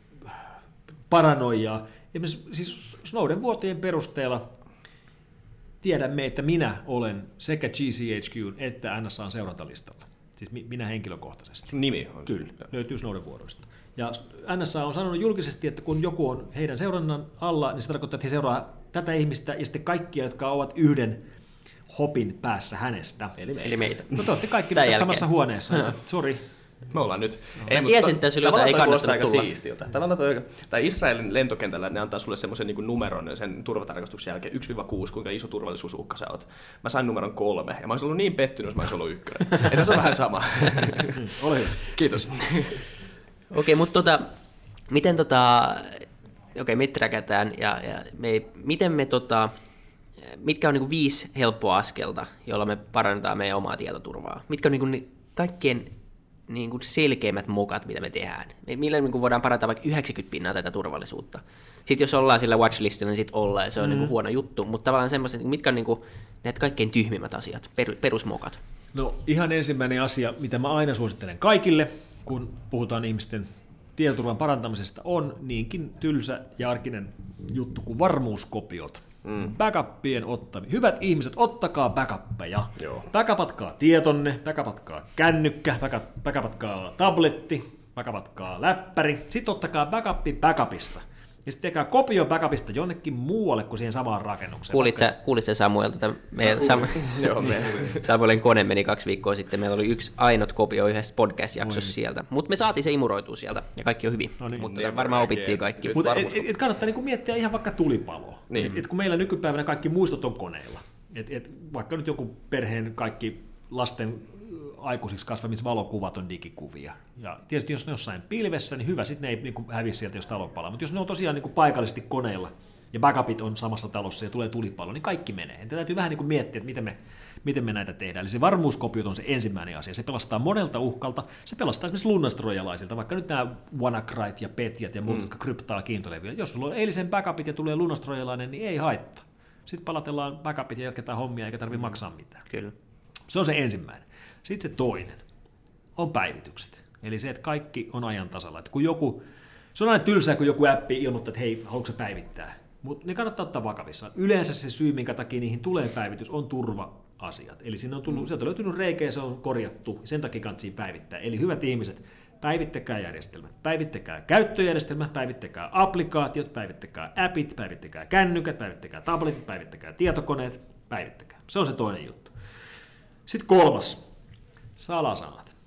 paranoiaa. Siis Snowden vuotojen perusteella tiedämme, että minä olen sekä G C H Q että N S A:n seurantalistalla. Siis minä henkilökohtaisesti. Sun nimi on? Kyllä, löytyy Snowden vuodoista. Ja N S A on sanonut julkisesti, että kun joku on heidän seurannan alla, niin se tarkoittaa, että he seuraa tätä ihmistä ja sitten kaikkia, jotka ovat yhden hopin päässä hänestä. Eli meitä. Eli meitä. No te olette kaikki tässä samassa huoneessa. Sori. Me ollaan nyt. No. Ei, mutta tiesin, että sillä ei kannattanut tulla. Siistiltä. Tavallaan toi, tai Israelin lentokentällä ne antaa sulle semmoisen niin numeron sen turvatarkastuksen jälkeen yksi kuusi, kuinka iso turvallisuusuhka sä oot. Mä sain numeron kolme, ja mä olisin ollut niin pettynyt, jos mä olisin ollut ykkönen. Että se on vähän sama. Ole hyvä. Kiitos. Okei, okay, mutta tota, miten tota, okei, okay, me träkätään, ja, ja me, miten me tota, mitkä on niin kuin viisi helppoa askelta, jolla me parannetaan meidän omaa tietoturvaa? Mitkä on niin kuin kaikkein niin kuin selkeimmät mokat, mitä me tehdään? Millä niin kuin voidaan parantaa vaikka yhdeksänkymmentä pinnaa tätä turvallisuutta? Sitten jos ollaan sillä watchlistilla, niin sitten ollaan, ja se on mm. niin kuin huono juttu. Mutta tavallaan semmoiset, mitkä on niin kuin näitä kaikkein tyhmimmät asiat, perusmokat? No ihan ensimmäinen asia, mitä mä aina suosittelen kaikille, kun puhutaan ihmisten tietoturvan parantamisesta, on niinkin tylsä ja arkinen juttu kuin varmuuskopiot. Mm. Backupien ottaminen. Hyvät ihmiset, ottakaa backuppeja. Joo. Backupatkaa tietonne, backupatkaa kännykkä, backupatkaa tabletti, backupatkaa läppäri. Sitten ottakaa backupi backupista. Ja sitten tekää kopio backupista jonnekin muualle kuin siihen samaan rakennukseen. Kuulit sä, kuulit sä Samuel, tota, meidän Sam- Joo, me. Samuelin kone meni kaksi viikkoa sitten, meillä oli yksi ainut kopio yhdessä podcast-jaksossa sieltä, mutta me saatiin se imuroitua sieltä ja kaikki on hyvin, No niin. mutta Niin, varmaan oikein. opittiin kaikki. Mutta varmuus- et, et, et kannattaa niinku miettiä ihan vaikka tulipaloa. Niin. Et, et kun meillä nykypäivänä kaikki muistot on koneilla. Et, et vaikka nyt joku perheen kaikki lasten aikuisiksi kasvamisvalokuvat on digikuvia. Ja tietysti jos ne on jossain pilvessä, niin hyvä, sitten ne ei niinku häviä sieltä, jos talo palaa. Mutta jos ne on tosiaan niinku paikallisesti koneilla ja backupit on samassa talossa ja tulee tulipalo, niin kaikki menee. Ja täytyy vähän niinku miettiä, että miten me, miten me näitä tehdään. Eli se varmuuskopiot on se ensimmäinen asia. Se pelastaa monelta uhkalta. Se pelastaa esimerkiksi lunnastroojalaisilta, vaikka nyt nämä WannaCryt ja Petjat ja muut, mm. jotka kryptaa kiintolevyjä. Jos sulla on eilisen backupit ja tulee lunnastrojalainen, niin ei haittaa. Sitten palatellaan backupit ja jatketaan hommia, eikä tarvitse maksaa mitään. Kyllä. Se on se ensimmäinen. Sitten se toinen on päivitykset. Eli se, että kaikki on ajan tasalla. Että kun joku, se on aina tylsää, kun joku appi ilmoittaa, että hei, haluatko sä päivittää? Mutta ne kannattaa ottaa vakavissaan. Yleensä se syy, minkä takia niihin tulee päivitys, on turva-asiat. Eli sinne on tullut, mm. sieltä on löytynyt reikä ja se on korjattu, ja sen takia kannattaa päivittää. Eli hyvät ihmiset, päivittäkää järjestelmät, päivittäkää käyttöjärjestelmät, päivittäkää applikaatiot, päivittäkää appit, päivittäkää kännykät, päivittäkää tabletit, päivittäkää tietokoneet, päivittäkää. Se on se toinen juttu. Sitten kolmas, salasanat.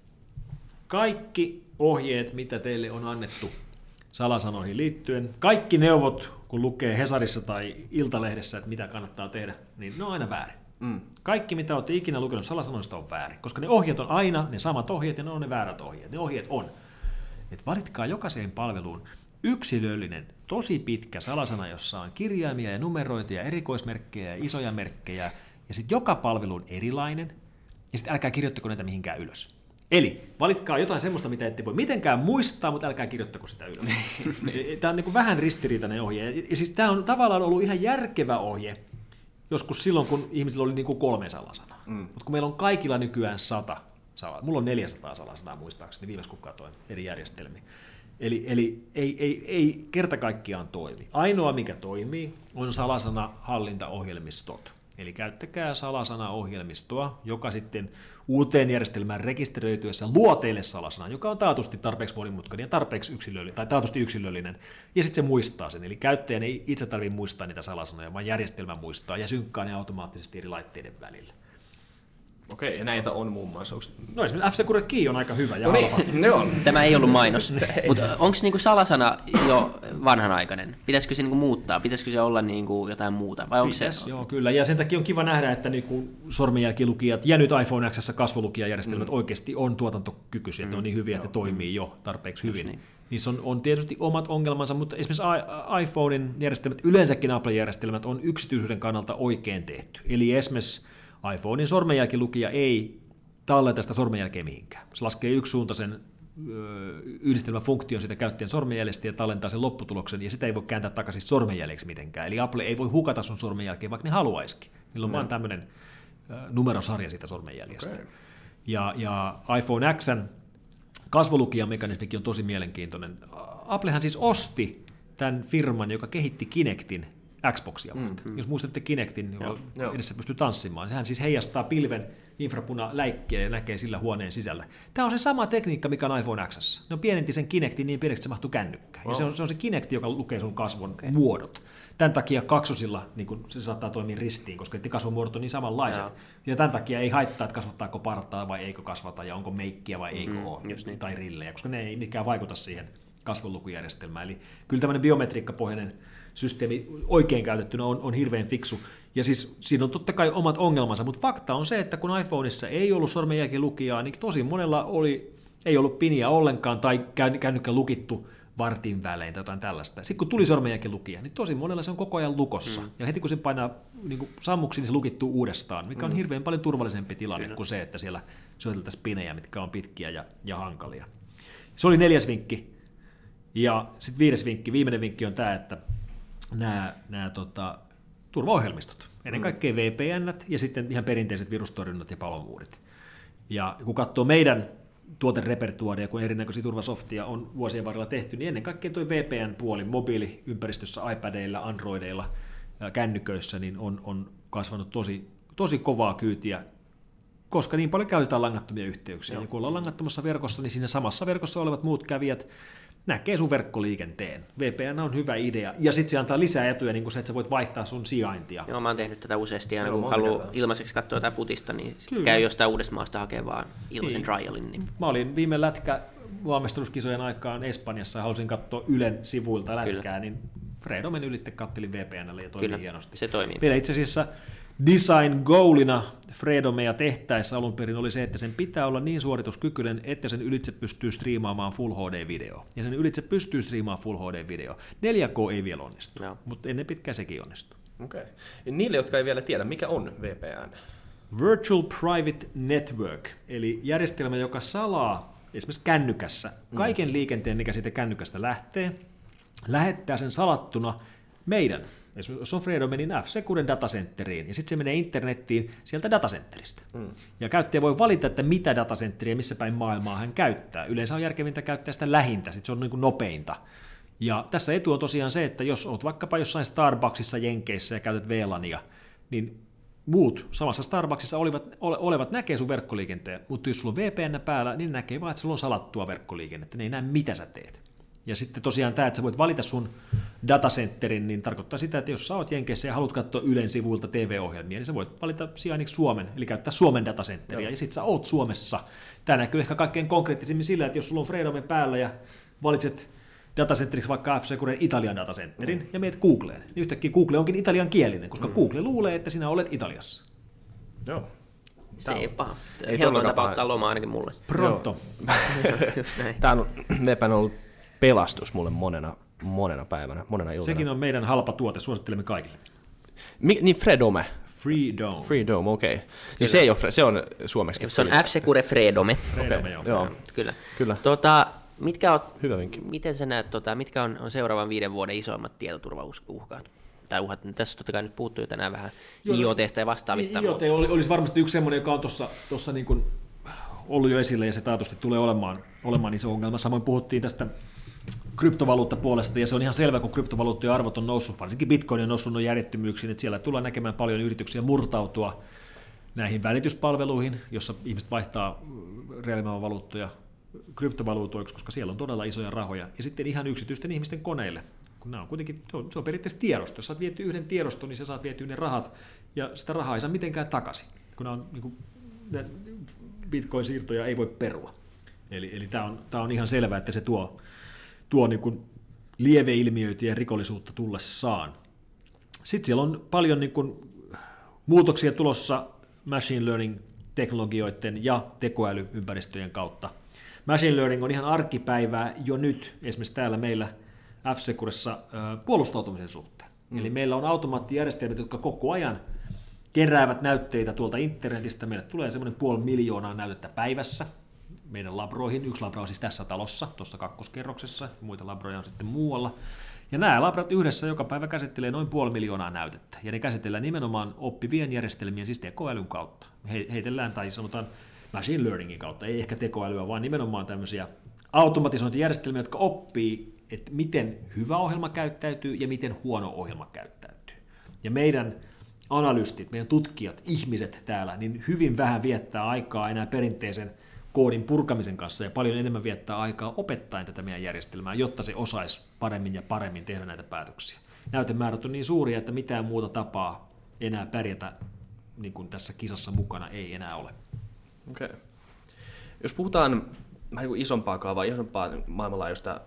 Kaikki ohjeet, mitä teille on annettu salasanoihin liittyen, kaikki neuvot, kun lukee Hesarissa tai Iltalehdessä, että mitä kannattaa tehdä, niin ne on aina väärin. Mm. Kaikki, mitä olette ikinä lukenut salasanoista, on väärin, koska ne ohjeet on aina ne samat ohjeet ja ne on ne väärät ohjeet. Ne ohjeet on, että valitkaa jokaiseen palveluun yksilöllinen, tosi pitkä salasana, jossa on kirjaimia ja numeroita ja erikoismerkkejä ja isoja merkkejä, ja sitten joka palvelu on erilainen, ja sitten älkää kirjoittako näitä mihinkään ylös. Eli valitkaa jotain semmoista, mitä ette voi mitenkään muistaa, mutta älkää kirjoittako sitä ylös. Tämä on niin kuin vähän ristiriitainen ohje. Ja siis tämä on tavallaan ollut ihan järkevä ohje, joskus silloin, kun ihmisillä oli niin kuin kolme salasanaa. Mm. Mutta kun meillä on kaikilla nykyään sata salasanaa, mulla on neljäsataa salasanaa muistaakseni, viimeis kun katoin eri järjestelmiä. Eli, eli ei, ei, ei kerta kaikkiaan toimi. Ainoa, mikä toimii, on salasanahallintaohjelmistot. Eli käyttäkää salasanaohjelmistoa, joka sitten uuteen järjestelmään rekisteröityessä luo teille salasanan, joka on taatusti tarpeeksi monimutkainen ja tarpeeksi yksilöllinen, tai taatusti yksilöllinen, ja sitten se muistaa sen. Eli käyttäjän ei itse tarvitse muistaa niitä salasanoja, vaan järjestelmä muistaa ja synkkaa ne automaattisesti eri laitteiden välillä. Okei, ja näitä on muun muassa. Onks... No esimerkiksi F-Secure Key on aika hyvä ja No halpa. niin, ne on. Tämä ei ollut mainos, mutta onko niinku salasana jo vanhanaikainen? Pitäisikö se niinku muuttaa? Pitäisikö se olla niinku jotain muuta? Vai onko Pitäis, se... joo, kyllä. Ja sen takia on kiva nähdä, että niinku sormenjälkilukijat ja nyt iPhone X:ssä kasvolukijajärjestelmät mm. oikeasti on tuotantokykyisiä, mm. että on niin hyviä, että toimii jo tarpeeksi hyvin. Niin. Niissä on, on tietysti omat ongelmansa, mutta esimerkiksi iPhonein järjestelmät, yleensäkin Apple-järjestelmät on yksityisyyden kannalta oikein tehty. Eli esimerkiksi iPhonein sormenjälkilukija ei talleta sitä sormenjälkeä mihinkään. Se laskee yksisuuntaisen yhdistelmän funktion siitä käyttäjän sormenjäljestä ja tallentaa sen lopputuloksen, ja sitä ei voi kääntää takaisin sormenjäljeksi mitenkään. Eli Apple ei voi hukata sun sormenjälkeä, vaikka ne haluaisikin. Niillä on no. vaan tämmöinen numerosarja siitä sormenjäljestä. Okay. Ja, ja iPhone X:n kasvolukijamekanismikin on tosi mielenkiintoinen. Applehan siis osti tämän firman, joka kehitti Kinectin Xboxia. Mm-hmm. Jos muistatte Kinectin, niin edessä pystyy tanssimaan. Sehän siis heijastaa pilven infrapunaläikkiä ja näkee sillä huoneen sisällä. Tämä on se sama tekniikka, mikä on iPhone X:ssä. Ne on pienenti sen Kinectin niin pieneksi, että se mahtuu kännykkään. Wow. Ja se on, se on se Kinect, joka lukee sun kasvon okay. muodot. Tämän takia kaksosilla niin kun se saattaa toimia ristiin, koska kasvomuodot on niin samanlaiset. Ja. ja tämän takia ei haittaa, että kasvattaako partaa vai eikö kasvata, ja onko meikkiä vai eikö mm, ole, niin. tai rillejä, koska ne ei mikään vaikuta siihen kasvonlukujärjestelmään. Eli kyllä tämmöinen biometriikkapohjainen systeemi oikein käytettynä on, on hirveän fiksu. Ja siis siinä on totta kai omat ongelmansa, mutta fakta on se, että kun iPhoneissa ei ollut sormenjälkilukijaa, niin tosi monella oli, ei ollut piniä ollenkaan tai kännykkä lukittu vartin välein tai jotain tällaista. Sitten kun tuli sormenjälkilukija, niin tosi monella se on koko ajan lukossa. Mm. Ja heti kun se painaa niin kuin sammuksi, niin se lukittuu uudestaan, mikä on mm. hirveän paljon turvallisempi tilanne Kyllä. kuin se, että siellä soiteltaisiin pinejä, mitkä on pitkiä ja, ja hankalia. Se oli neljäs vinkki. Ja sitten viides vinkki, viimeinen vinkki on tämä, että nämä, nämä tota, turvaohjelmistot, ennen kaikkea V P N ja sitten ihan perinteiset virustorjunnat ja palomuurit. Ja kun katsoo meidän tuoterepertuaaria, kun erinäköisiä turvasoftia on vuosien varrella tehty, niin ennen kaikkea tuo V P N-puoli mobiiliympäristössä, iPadeilla, Androideilla, kännyköissä, niin on, on kasvanut tosi, tosi kovaa kyytiä, koska niin paljon käytetään langattomia yhteyksiä. Joo. Ja kun ollaan langattomassa verkossa, niin siinä samassa verkossa olevat muut kävijät näkee sun verkkoliikenteen. V P N on hyvä idea, ja sitten se antaa lisää etuja, niin kuin se, että sä voit vaihtaa sun sijaintia. Joo, mä oon tehnyt tätä useasti, aina kun haluaa ilmaiseksi katsoa jotain futista, niin sit käy jostain uudesta maasta hakemaan vaan ilmaisen niin. trialin. Niin. Mä olin viime lätkä maailmanmestaruuskisojen aikaan Espanjassa ja halusin katsoa Ylen sivuilta lätkää, Kyllä. niin Fredo meni ylitte, kattelin V P N:lle ja toimi Kyllä, hienosti. se toimii. Vielä itse asiassa design goalina Fredomea tehtäessä alun perin oli se, että sen pitää olla niin suorituskykyinen, että sen ylitse pystyy striimaamaan Full H D-video. Ja sen ylitse pystyy striimaamaan Full H D-video. neljä K ei vielä onnistu, no. mutta ennen pitkään sekin onnistuu. Okei. Okay. Niille, jotka ei vielä tiedä, mikä on V P N? Virtual Private Network, eli järjestelmä, joka salaa esimerkiksi kännykässä kaiken liikenteen, mikä siitä kännykästä lähtee, lähettää sen salattuna meidän, jos on Fredomenin F Securen datacenteriin, ja sitten se menee internettiin sieltä datacenteristä. Mm. Ja käyttäjä voi valita, että mitä datacenteriä, missä päin maailmaa hän käyttää. Yleensä on järkevintä käyttää sitä lähintä, sit se on niin kuin nopeinta. Ja tässä etu on tosiaan se, että jos olet vaikkapa jossain Starbucksissa Jenkeissä ja käytät V LANia, niin muut samassa Starbucksissa olivat, ole, olevat näkee sun verkkoliikenteen, mutta jos sulla on V P N päällä, niin näkee vaan, että sulla on salattua verkkoliikennettä, ne ei näe mitä sä teet. Ja sitten tosiaan tämä, että sä voit valita sun datacenterin, niin tarkoittaa sitä, että jos sä oot Jenkeissä ja haluat katsoa Ylen sivuilta T V-ohjelmia, niin sä voit valita sijainniksi Suomen, eli käyttää Suomen datacenteria, Joo. ja sitten sä oot Suomessa. Tämä näkyy ehkä kaikkein konkreettisimmin sillä, että jos sulla on Fredomen päällä ja valitset datacenteriksi vaikka F Securen Italian datacenterin, mm. ja meet Googleen, niin yhtäkkiä Google onkin italiankielinen, koska mm. Google luulee, että sinä olet Italiassa. Joo. Se ei paha. Helpoin tapa ottaa lomaa ainakin mulle. Pronto. Tämä on V P N ollut pelastus mulle monena, monena päivänä, monena iltana. Sekin on meidän halpa tuote, suosittelemme kaikille. Mi, niin Fredome. Freedome. Freedome, okei. Okay. Niin se, ei ole, se on suomeksi. Se on F Secure Fredome. Fredome, okay. joo. joo. Kyllä. Kyllä. Tota, mitkä on, Hyvä vinkki. Miten sä näet, tota, mitkä on, on seuraavan viiden vuoden isoimmat tietoturvauhkaat? Tai uhat, tässä totta kai nyt puuttuu jo tänään vähän I O T:stä ja vastaavista. I O T oli, olisi varmasti yksi semmoinen, joka on tuossa niin kuin ollut jo esillä, ja se taatusti tulee olemaan, olemaan iso ongelma. Samoin puhuttiin tästä kryptovaluuttapuolesta, ja se on ihan selvä, kun kryptovaluuttojen arvot on noussut, varsinkin Bitcoin on noussut järjettömyyksiin, että siellä tullaan näkemään paljon yrityksiä murtautua näihin välityspalveluihin, jossa ihmiset vaihtaa reaalimaailman valuuttoja kryptovaluutoiksi, koska siellä on todella isoja rahoja, ja sitten ihan yksityisten ihmisten koneille, kun nämä on kuitenkin, se on periaatteessa tiedosto, jos saat viety yhden tiedoston, niin sä saat viety ne rahat, ja sitä rahaa ei saa mitenkään takaisin, kun nämä on, niin kuin, Bitcoin-siirtoja ei voi perua. Eli, eli tämä on, tämä on ihan selvää, että se tuo, tuo niin kuin lieveilmiöitä ja rikollisuutta tullessaan. Sitten siellä on paljon niin kuin muutoksia tulossa machine learning-teknologioiden ja tekoälyympäristöjen kautta. Machine learning on ihan arkipäivää jo nyt, esimerkiksi täällä meillä F Securessa puolustautumisen suhteen. Mm. Eli meillä on automaattijärjestelmät, jotka koko ajan keräävät näytteitä tuolta internetistä. Meille tulee semmoinen puoli miljoonaa näytettä päivässä meidän labroihin. Yksi labra on siis tässä talossa, tuossa kakkoskerroksessa, muita labroja on sitten muualla. Ja nämä labrat yhdessä joka päivä käsittelee noin puoli miljoonaa näytettä. Ja ne käsitellään nimenomaan oppivien järjestelmien, siis tekoälyn kautta. He, heitellään tai sanotaan machine learningin kautta, ei ehkä tekoälyä, vaan nimenomaan tämmöisiä automatisointijärjestelmiä, jotka oppii, että miten hyvä ohjelma käyttäytyy ja miten huono ohjelma käyttäytyy. Ja meidän analystit, meidän tutkijat, ihmiset täällä, niin hyvin vähän viettää aikaa enää perinteisen koodin purkamisen kanssa ja paljon enemmän viettää aikaa opettaen tätä meidän järjestelmää, jotta se osaisi paremmin ja paremmin tehdä näitä päätöksiä. Näytemäärät on niin suuria, että mitään muuta tapaa enää pärjätä niin kuin tässä kisassa mukana ei enää ole. Okei. Okay. Jos puhutaan vähän niin isompaa kaavaa, isompaa maailmanlaajuista,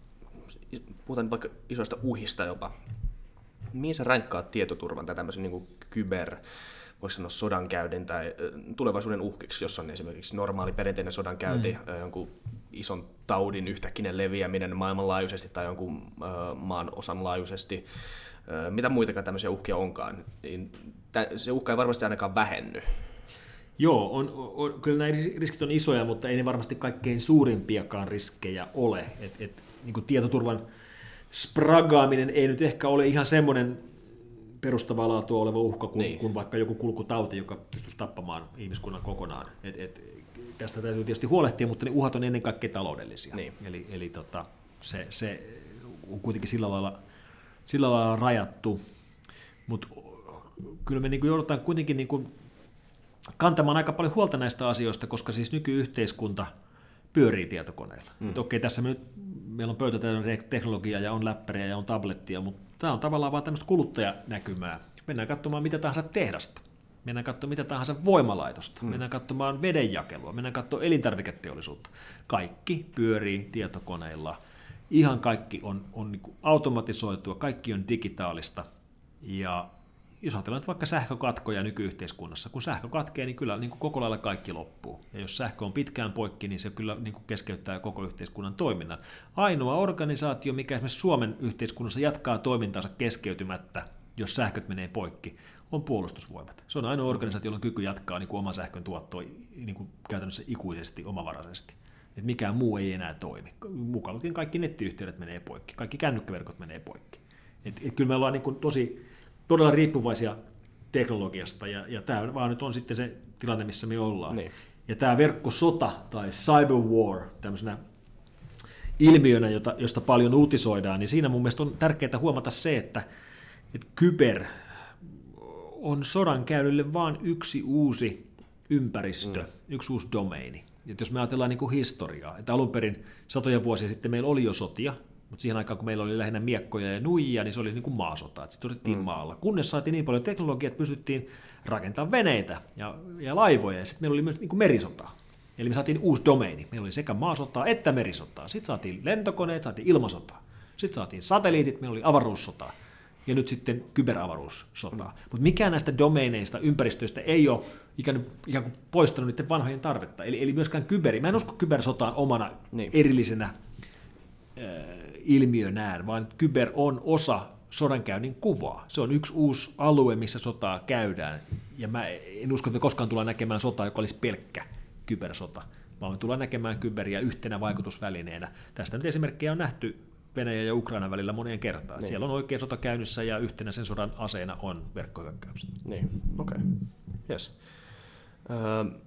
puhutaan vaikka isoista uhista jopa, mihin sä rankkaat tietoturvan tai tämmöisen niin kuin kyber, voisi sanoa sodankäynnin tai tulevaisuuden uhkiksi, jos on esimerkiksi normaali perinteinen sodankäynti, mm. jonkun ison taudin yhtäkkinen leviäminen maailmanlaajuisesti tai jonkun äh, maan osan laajuisesti, äh, mitä muitakaan tämmöisiä uhkia onkaan, niin se uhka ei varmasti ainakaan vähenny. Joo, on, on, kyllä nämä riskit on isoja, mutta ei ne varmasti kaikkein suurimpiakaan riskejä ole. Et, et, niin kuin tietoturvan spragaaminen ei nyt ehkä ole ihan semmoinen perustavaa laatua oleva uhka kuin, niin. kuin vaikka joku kulkutauti, joka pystyisi tappamaan ihmiskunnan kokonaan. Et, et, tästä täytyy tietysti huolehtia, mutta ne uhat on ennen kaikkea taloudellisia. Niin. Eli, eli tota, se, se on kuitenkin sillä lailla, sillä lailla rajattu. Mutta kyllä me niin kuin joudutaan kuitenkin niin kuin kantamaan aika paljon huolta näistä asioista, koska siis nykyyhteiskunta pyörii tietokoneilla. Mm. Okei, tässä me nyt, meillä on pöytätäynnä teknologiaa ja on läppäriä ja on tablettia, mutta tämä on tavallaan vaan tämmöistä kuluttajanäkymää. Mennään katsomaan mitä tahansa tehdasta. Mennään katsomaan mitä tahansa voimalaitosta. Mm. Mennään katsomaan vedenjakelua. Mennään katsomaan elintarviketeollisuutta. Kaikki pyörii tietokoneilla. Ihan kaikki on, on niin kuin automatisoitua, kaikki on digitaalista. Ja jos ajatellaan nyt vaikka sähkökatkoja nykyyhteiskunnassa, kun sähkö katkee, niin kyllä niin kuin koko lailla kaikki loppuu. Ja jos sähkö on pitkään poikki, niin se kyllä niin kuin keskeyttää koko yhteiskunnan toiminnan. Ainoa organisaatio, mikä esimerkiksi Suomen yhteiskunnassa jatkaa toimintaansa keskeytymättä, jos sähköt menee poikki, on puolustusvoimat. Se on ainoa organisaatio, jolla on kyky jatkaa niin kuin oman sähkön tuottoa niin kuin käytännössä ikuisesti, omavaraisesti. Et mikään muu ei enää toimi. Mukaan lukien kaikki nettiyhteydet menee poikki, kaikki kännykkäverkot menee poikki. Et, et kyllä me ollaan niin kuin tosi, todella riippuvaisia teknologiasta, ja, ja tämä vaan nyt on sitten se tilanne, missä me ollaan. Niin. Ja tämä verkkosota tai cyber war, tämmöisenä ilmiönä, jota, josta paljon uutisoidaan, niin siinä mun mielestä on tärkeää huomata se, että, että kyber on sodankäynnille vain yksi uusi ympäristö, mm. yksi uusi domeini. Et jos me ajatellaan niin kuin historiaa, että alun perin satoja vuosia sitten meillä oli jo sotia, mutta siihen aikaan, kun meillä oli lähinnä miekkoja ja nuijia, niin se oli niin kuin maasota, että sitten otettiin mm. maalla. Kunnes saatiin niin paljon teknologiaa, että pystyttiin rakentamaan veneitä ja, ja laivoja, ja sitten meillä oli myös niin kuin merisotaa. Eli me saatiin uusi domeini. Meillä oli sekä maasotaa että merisotaa. Sitten saatiin lentokoneet, saatiin ilmasotaa. Sitten saatiin satelliitit, meillä oli avaruussotaa. Ja nyt sitten kyberavaruussotaa. Mm. Mutta mikään näistä domeineista, ympäristöistä ei ole ikään kuin, ikään kuin poistanut niiden vanhojen tarvetta. Eli, eli myöskään kyberi. Mä en usko kybersotaan omana niin. erillisenä äh, ilmiönään, vaan kyber on osa sodankäynnin kuvaa. Se on yksi uusi alue, missä sotaa käydään. Ja mä en usko, että me koskaan tullaan näkemään sotaa, joka olisi pelkkä kybersota, vaan me tullaan näkemään kyberiä yhtenä vaikutusvälineenä. Tästä nyt esimerkkejä on nähty Venäjän ja Ukrainan välillä moneen kertaan. Niin. Siellä on oikea sota käynnissä ja yhtenä sen sodan aseena on verkkohyökkäykset. Niin, okei. Okay. Yes. Öö,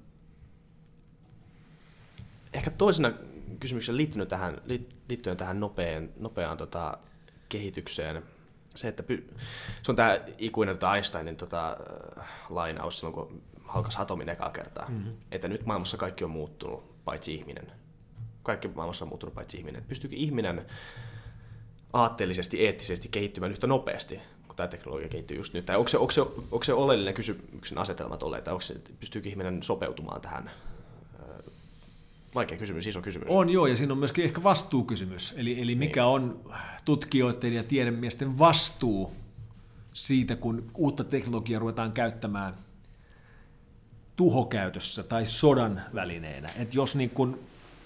ehkä toisena kysymyksena liittyen tähän, liittyen tähän nopeaan, nopeaan tota, kehitykseen, se, että py, se on tämä ikuinen tota Einsteinin tota, lainaus silloin, kun halkasi atomin ekaa kertaa, mm-hmm. että nyt maailmassa kaikki on muuttunut, paitsi ihminen. Kaikki maailmassa on muuttunut, paitsi ihminen. Pystyykö ihminen aatteellisesti, eettisesti kehittymään yhtä nopeasti, kun tämä teknologia kehittyy just nyt? Tai onko se, onko se, onko se oleellinen kysymyksen asetelma tolle, tai onko se, pystyykö ihminen sopeutumaan tähän? Vaikea kysymys, iso kysymys. On joo, ja siinä on myöskin ehkä vastuukysymys. Eli, eli mikä niin. on tutkijoiden ja tiedemiesten vastuu siitä, kun uutta teknologiaa ruvetaan käyttämään tuhokäytössä tai sodan välineenä. Että jos niin kun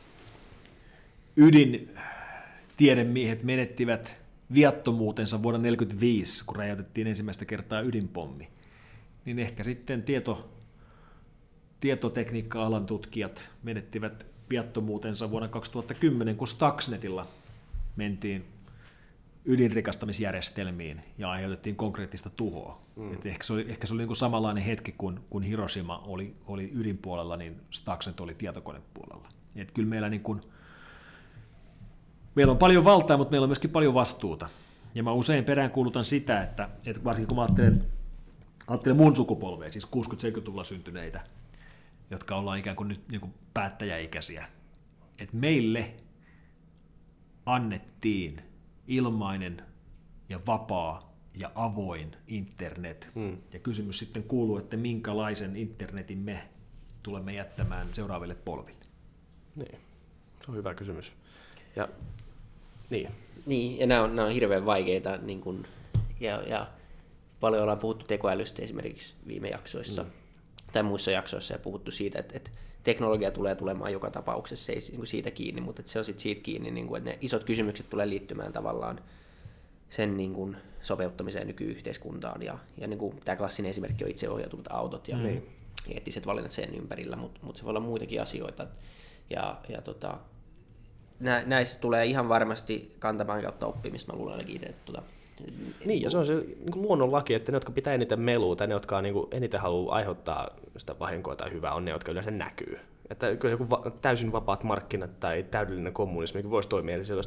ydintiedemiehet menettivät viattomuutensa vuonna tuhatyhdeksänsataaneljäkymmentäviisi, kun räjäytettiin ensimmäistä kertaa ydinpommi, niin ehkä sitten tieto, tietotekniikka-alan tutkijat menettivät viattomuutensa vuonna kaksituhattakymmenen, kun Stuxnetilla mentiin ydinrikastamisjärjestelmiin ja aiheutettiin konkreettista tuhoa. Mm. Et ehkä se oli, ehkä se oli niin kuin samanlainen hetki, kun, kun Hiroshima oli, oli ydinpuolella, niin Stuxnet oli tietokonepuolella. Et kyllä meillä, niin kuin, meillä on paljon valtaa, mutta meillä on myöskin paljon vastuuta. Ja mä usein peräänkuulutan sitä, että, että varsinkin kun mä ajattelen, ajattelen mun sukupolvea, siis kuusikymmentä-seitsemänkymmentäluvulla syntyneitä, jotka ollaan ikään kuin nyt niin kuin päättäjäikäisiä, että meille annettiin ilmainen ja vapaa ja avoin internet. Hmm. Ja kysymys sitten kuuluu, että minkälaisen internetin me tulemme jättämään seuraaville polville. Niin, se on hyvä kysymys. Ja, niin. Niin, ja nämä on, nämä on hirveän vaikeita, niin kuin, ja, ja paljon ollaan puhuttu tekoälystä esimerkiksi viime jaksoissa, hmm. tai muissa jaksoissa, ja puhuttu siitä, että, että teknologia tulee tulemaan joka tapauksessa, se ei niin kuin siitä kiinni, mutta että se on sitten siitä kiinni, niin kuin, että ne isot kysymykset tulee liittymään tavallaan sen niin kuin sopeuttamiseen nykyyhteiskuntaan, ja, ja niin kuin tämä klassinen esimerkki on itseohjautuvat autot ja mm. eettiset valinnat sen ympärillä, mutta, mutta se voi olla muitakin asioita, ja, ja tota, nä, näistä tulee ihan varmasti kantamaan kautta oppimista, mä luulen ainakin itse, että tota, niin, ja se on se niin kuin luonnonlaki, että ne, jotka pitää eniten melua, tai ne, jotka niin kuin eniten haluaa aiheuttaa sitä vahinkoa tai hyvää, on ne, jotka yleensä näkyy. Että kyllä joku va- täysin vapaat markkinat tai täydellinen kommunismi voisi toimia, eli siellä olisi ne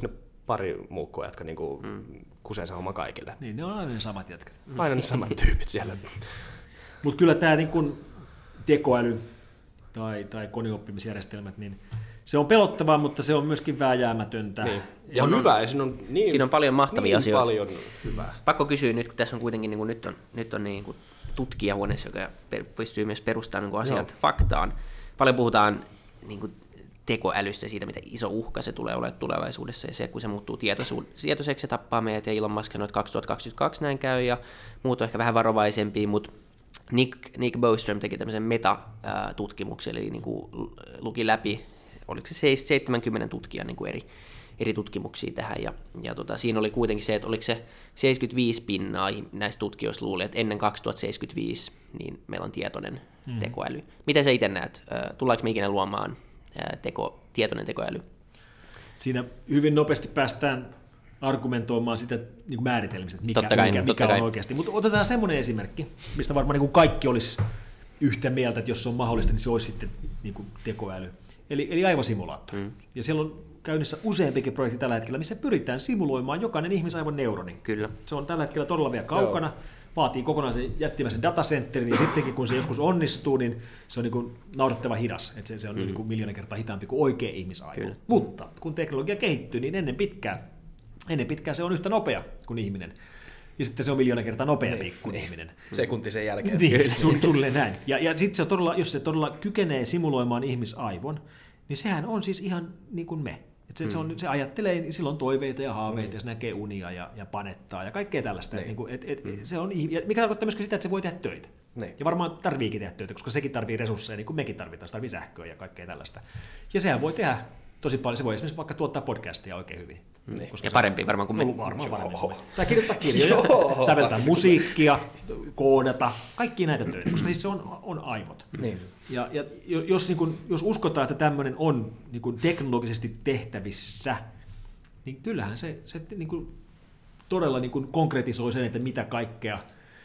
pari mulkkua, jotka niinku mm. kusee sen homman kaikille. Niin, ne on aina ne samat jätkät. Aina ne samat tyypit siellä. Mutta kyllä tämä niin tekoäly tai, tai koneoppimisjärjestelmät, niin se on pelottavaa, mutta se on myöskin vääjäämätöntä. Niin. Ja on, hyvä, ja siinä on, niin, siinä on paljon mahtavia niin asioita. Paljon hyvää. Pakko kysyä nyt, kun tässä on kuitenkin niin kuin nyt on, nyt on niin kuin tutkijahuoneessa, joka pystyy myös perustamaan niin kuin asiat Joo. faktaan. Paljon puhutaan niin kuin tekoälystä, siitä, mitä iso uhka se tulee olemaan tulevaisuudessa, ja se, kun se muuttuu tietoiseksi ja tappaa meidät, ja Elon Musk sanoi, että kaksituhattakaksikymmentäkaksi näin käy, ja muut on ehkä vähän varovaisempia, mutta Nick, Nick Bostrom teki tämmöisen metatutkimuksen, eli niin kuin luki läpi, oliko se seitsemänkymmentä tutkijan niin kuin eri, eri tutkimuksia tähän, ja, ja tota, siinä oli kuitenkin se, että oliko se seitsemänkymmentäviisi pinnaa näistä tutkijoista luuli, että ennen kaksituhattaseitsemänkymmentäviisi niin meillä on tietoinen hmm. tekoäly. Miten sä itse näet? Tullaanko me ikinä luomaan teko, tietoinen tekoäly? Siinä hyvin nopeasti päästään argumentoimaan sitä niin kuin määritelmistä, että mikä, totta kai, mikä, totta mikä kai. on oikeasti. Mutta otetaan semmoinen esimerkki, mistä varmaan niin kuin kaikki olisi yhtä mieltä, että jos se on mahdollista, niin se olisi sitten niin kuin tekoäly. Eli, eli aivosimulaattori. Mm. Ja siellä on käynnissä useampikin projekti tällä hetkellä, missä pyritään simuloimaan jokainen ihmisaivon neuroni. Kyllä. Se on tällä hetkellä todella vielä kaukana. Joo. Vaatii kokonaisen jättimäisen datacenterin, ja sittenkin kun se joskus onnistuu, niin se on niin kuin naurettava hidas. Että se, se on mm. niin kuin miljoona kertaa hitaampi kuin oikea ihmisaivo. Kyllä. Mutta kun teknologia kehittyy, niin ennen pitkään, ennen pitkään se on yhtä nopea kuin ihminen. Ja sitten se on miljoona kertaa nopeampi niin, kuin niin. ihminen. Sekunti sen jälkeen. Niin, suunnilleen näin. Ja, ja sitten se todella, jos se todella kykenee simuloimaan ihmisaivon, niin sehän on siis ihan niin kuin me. Et se, mm. se, on, se ajattelee silloin toiveita ja haaveita, mm. ja se näkee unia ja, ja panettaa ja kaikkea tällaista. Niin. Et, et, et, mm. se on, mikä tarkoittaa myöskin sitä, että se voi tehdä töitä. Niin. Ja varmaan tarviikin tehdä töitä, koska sekin tarvii resursseja, niin kuin mekin tarvitaan. Se tarvii sähköä ja kaikkea tällaista. Ja sehän voi tehdä tosi paljon. Se voi esimerkiksi vaikka tuottaa podcastia oikein hyvin. Niin. Ja parempi varmaan kuin me. Varmaan paremmin kuin me. Tai kirjoittaa kirjoja, säveltää musiikkia, koodata, kaikki näitä töitä, koska siis se on, on aivot. Niin. Ja, ja jos, niin kun, jos uskotaan, että tämmöinen on niin kun teknologisesti tehtävissä, niin kyllähän se, se niin kun todella niin kun konkretisoi sen, että mitä kaikkea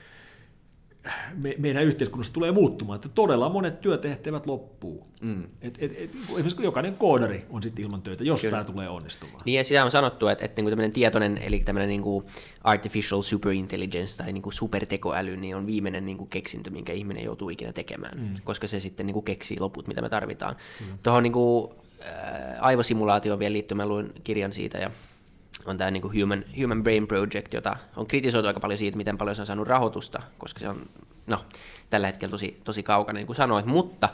me, meidän yhteiskunnassa tulee muuttumaan, että todella monet työtehtävät loppuu. Mm. Et, et, et, esimerkiksi jokainen koodari on sitten ilman töitä, jos tämä tulee onnistumaan. Niin ja sitä on sanottu, että, että tämmöinen tietoinen, eli tämmöinen niin kuin artificial superintelligence tai niin kuin supertekoäly, niin on viimeinen niin kuin keksintö, minkä ihminen joutuu ikinä tekemään, mm. koska se sitten niin kuin keksii loput, mitä me tarvitaan. Mm. Tuohon niin kuin, äh, aivosimulaatioon vielä liittyen, mä luin kirjan siitä, ja on tämä niin kuin Human, Human Brain Project, jota on kritisoitu aika paljon siitä, miten paljon se on saanut rahoitusta, koska se on no, tällä hetkellä tosi, tosi kaukana, niin kuin sanoit, mutta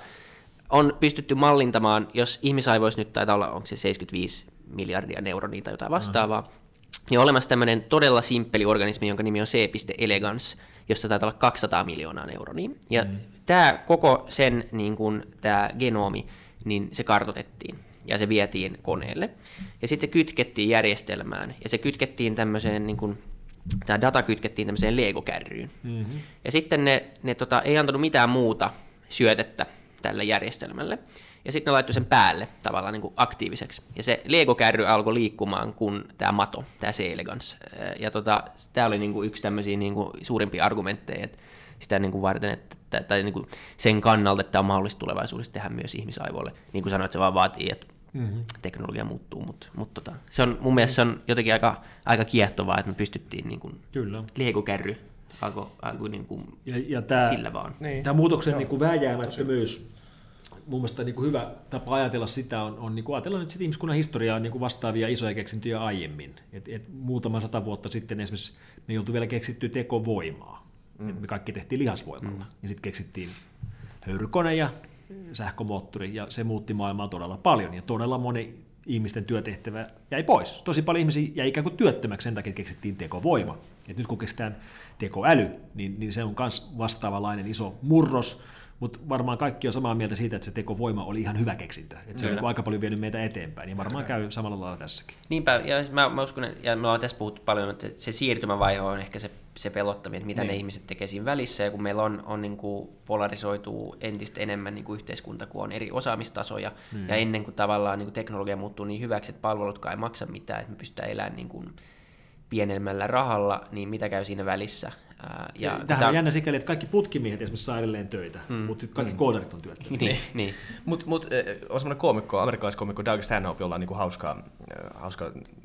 on pystytty mallintamaan, jos ihmisaivoissa nyt taitaa olla, onko se seitsemänkymmentäviisi miljardia neuronia tai jotain vastaavaa, mm. niin on olemassa tämmöinen todella simppeli organismi, jonka nimi on C. elegans, jossa taitaa olla kaksisataa miljoonaa neuronia. Ja mm. tämä koko sen niin kuin, tämä genomi, niin se kartoitettiin. Ja se vietiin koneelle. Ja sitten se kytkettiin järjestelmään. Ja se kytkettiin tämmöiseen, niin kuin, tämä data kytkettiin tämmöiseen Lego-kärryyn. Mm-hmm. Ja sitten ne, ne tota, ei antanut mitään muuta syötettä tälle järjestelmälle. Ja sitten ne laittoi sen päälle tavallaan niin kuin aktiiviseksi. Ja se Lego-kärry alkoi liikkumaan kuin tämä mato, tämä C. elegans. Ja tota, tämä oli niin kuin yksi tämmöisiä niin kuin suurimpia argumentteja, että sitä niin kuin varten, että, tai niin kuin sen kannalta, että tämä on mahdollista tulevaisuudessa tehdä myös ihmisaivoille. Niin kuin sanoit, se vaan vaatii, että mm-hmm. teknologia muuttuu, mutta, mutta tota, se on, mun mielestä se on jotenkin aika, aika kiehtovaa, että me pystyttiin niin kuin Lego-kärry alkoi alko niin kuin ja, ja tämä, sillä vaan. Niin. Tämä muutoksen no. niin kuin vääjäämättömyys, mun mielestä niin kuin hyvä tapa ajatella sitä on, on niin kuin ajatella nyt sit ihmiskunnan historiaa niin kuin vastaavia isoja keksintöjä aiemmin. Et, et muutama sata vuotta sitten esimerkiksi me ei oltu vielä keksitty tekovoimaa. Mm. Me kaikki tehtiin lihasvoimalla. Mm. Ja sitten keksittiin höyrykone ja sähkömoottori, ja se muutti maailmaa todella paljon. Ja todella moni ihmisten työtehtävä jäi pois. Tosi paljon ihmisiä jäi ikään kuin työttömäksi sen takia, että keksittiin tekovoima. Et nyt kun keksitään tekoäly, niin, niin se on myös vastaavanlainen iso murros. Mutta varmaan kaikki on samaa mieltä siitä, että se tekovoima oli ihan hyvä keksintö. Että se on aika paljon vienyt meitä eteenpäin, niin varmaan käy samalla lailla tässäkin. Niinpä, ja mä, mä uskon, ja me ollaan tässä puhuttu paljon, että se siirtymävaihe on ehkä se, se pelottavin, että mitä niin. ne ihmiset tekee siinä välissä, ja kun meillä on, on niin kuin polarisoituu entistä enemmän niin kuin yhteiskunta, kun on eri osaamistasoja, hmm. ja ennen kuin tavallaan niin kuin teknologia muuttuu niin hyväksi, että palvelutkaan ei maksa mitään, että me pystytään elämään niin kuin pienemmällä rahalla, niin mitä käy siinä välissä? Ja tämähän on jännä sikäli, että kaikki putkimiehet esimerkiksi saa edelleen töitä, mm. mutta sitten kaikki mm. koodarit on työttömiä. Niin, niin. Mutta mut, on semmoinen koomikko, amerikkalaiskomikko Doug Stanhope, jolla on niinku hauska, hauska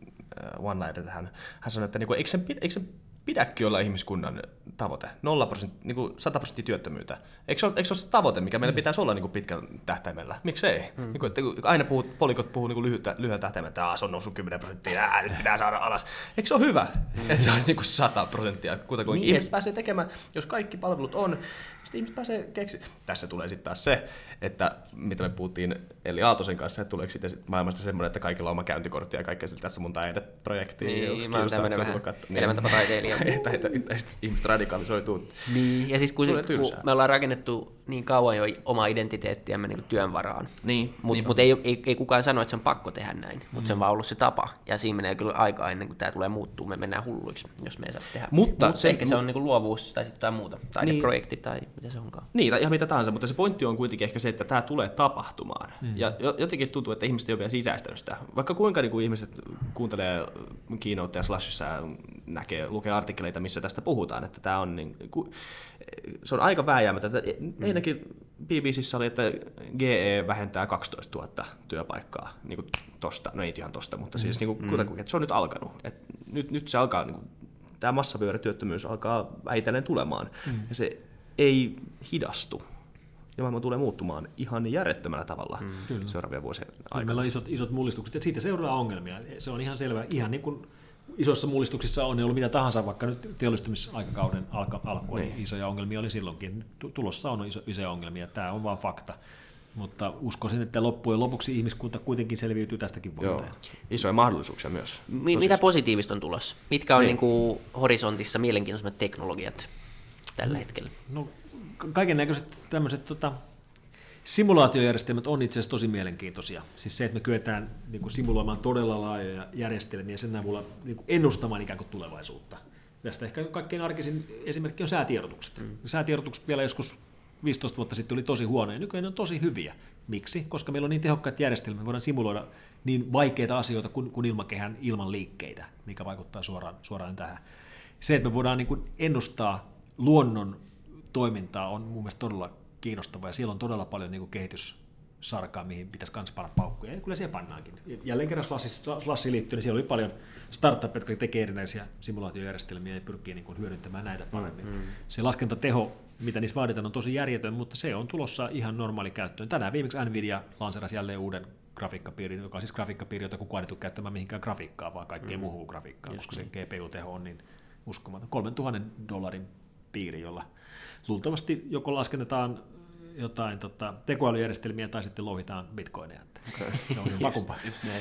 one-liner tähän. Hän sanoi, että niinku, eikö, sen, eikö sen pidäkin olla ihmiskunnan tavoite? nolla prosenttia, niinku sata prosenttia työttömyyttä. Eikö se ole, eikö se ole se tavoite, mikä meillä pitäisi olla niinku pitkän tähtäimellä? Miksei? Mm. Niinku, että aina puhut, polikot puhuu niinku lyhyellä, lyhyellä tähtäimellä, että se on noussut kymmenen prosenttia, ää, nyt pitää saada alas. Eikö se ole hyvä, mm. että se on niinku sata prosenttia? Kutakuinkin niin ihmiset pääsee tekemään, jos kaikki palvelut on, sitten ihmiset pääsee keksimään. Tässä tulee sitten taas se, että mitä me puhuttiin Elli Aaltosen kanssa, että tuleeko sitten maailmasta semmoinen, että kaikilla on oma käyntikortti ja kaikkea tässä mun taideprojekti. Niin, mä oon tämmöinen vähän elämäntapataiteilija. Että ihmiset radikalisoituu. Niin, ja siis kun, kun me ollaan rakennettu niin kauan jo omaa identiteettiämme niin työn varaan, niin, mutta mut ei, ei, ei kukaan sano, että se on pakko tehdä näin, mutta mm. se on vaan ollut se tapa, ja siinä menee kyllä aikaa ennen kuin tämä tulee muuttuu, me mennään hulluiksi, jos me ei saa tehdä. Mutta Mut se, ehkä se on niin kuin luovuus tai sitten jotain muuta, taideprojekti niin, tai mitä se onkaan. Niin, tai ihan mitä tahansa, mutta se pointti on kuitenkin ehkä se, että tämä tulee tapahtumaan, mm. ja jotenkin tuntuu, että ihmiset ei ole vielä sisäistänyt sitä. Vaikka kuinka niin kuin ihmiset kuuntelee Keynote ja Slashissa ja näkee, lukee artikkeleita, missä tästä puhutaan, että tämä on niin, se on aika vääjäämätöntä. Ennenkin B B C:ssä oli, että G E vähentää kaksitoistatuhatta työpaikkaa, niin kuin tosta, no ei ihan tosta, mutta siis niin kuin, kutakuinkin, että se on nyt alkanut. Et nyt, nyt se alkaa, niin kuin, tämä massavyörytyöttömyys alkaa vähitellen tulemaan, mm. ja se ei hidastu. Ja maailma tulee muuttumaan ihan järjettömällä tavalla mm. seuraavien vuosien aikana. Meillä on isot, isot mullistukset, ja siitä seuraa ongelmia. Se on ihan selvä, ihan niin kuin isoissa mullistuksissa on ollut mitä tahansa, vaikka nyt teollistumisaikakauden alka, alkua, niin isoja ongelmia oli silloinkin. Tulossa on iso, isoja ongelmia, tämä on vaan fakta. Mutta uskoisin, että loppujen lopuksi ihmiskunta kuitenkin selviytyy tästäkin voittajana. Isoja mahdollisuuksia myös. Mi- mitä positiivista on tulossa? Mitkä on niin. Niin kuin horisontissa mielenkiintoisimmat teknologiat tällä hetkellä? No, kaiken näköiset tämmöiset tota, simulaatiojärjestelmät on itse asiassa tosi mielenkiintoisia. Siis se, että me kyetään niin kuin simuloimaan todella laajoja järjestelmiä ja sen avulla niin kuin ennustamaan ikään kuin tulevaisuutta. Tästä ehkä kaikkein arkisin esimerkki on säätiedotukset. Mm. Säätiedotukset vielä joskus viisitoista vuotta sitten oli tosi huonoja, nykyään ne on tosi hyviä. Miksi? Koska meillä on niin tehokkaat järjestelmät, me voidaan simuloida niin vaikeita asioita kuin, kuin ilmakehän ilman liikkeitä, mikä vaikuttaa suoraan, suoraan tähän. Se, että me voidaan niin kuin ennustaa luonnon toimintaa on mun mielestä todella kiinnostavaa, ja siellä on todella paljon niin kuin kehityssarkaa, mihin pitäisi myös panna paukkuja, ja kyllä siellä pannaankin. Jälleen kerran Slashiin liittyen, niin siellä oli paljon startupeja, jotka tekee erinäisiä simulaatiojärjestelmiä ja pyrkii niin kuin hyödyntämään näitä paremmin. Mm. Se laskentateho, mitä niissä vaaditaan, on tosi järjetön, mutta se on tulossa ihan normaali käyttöön. Tänään viimeksi Nvidia lanserasi jälleen uuden grafiikkapiirin, joka on siis grafiikkapiiri, jota kukaan ei tule käyttämään mihinkään grafiikkaa, vaan kaikkeen mm. muuhun grafiikkaan, koska niin. se G P U-teho on niin uskomaton. kolmentuhannen dollarin piiri, jolla luultavasti joko laskennetaan jotain tota, tekoälyjärjestelmiä tai sitten louhitaan bitcoineja. Okay. Se on vakumpaa.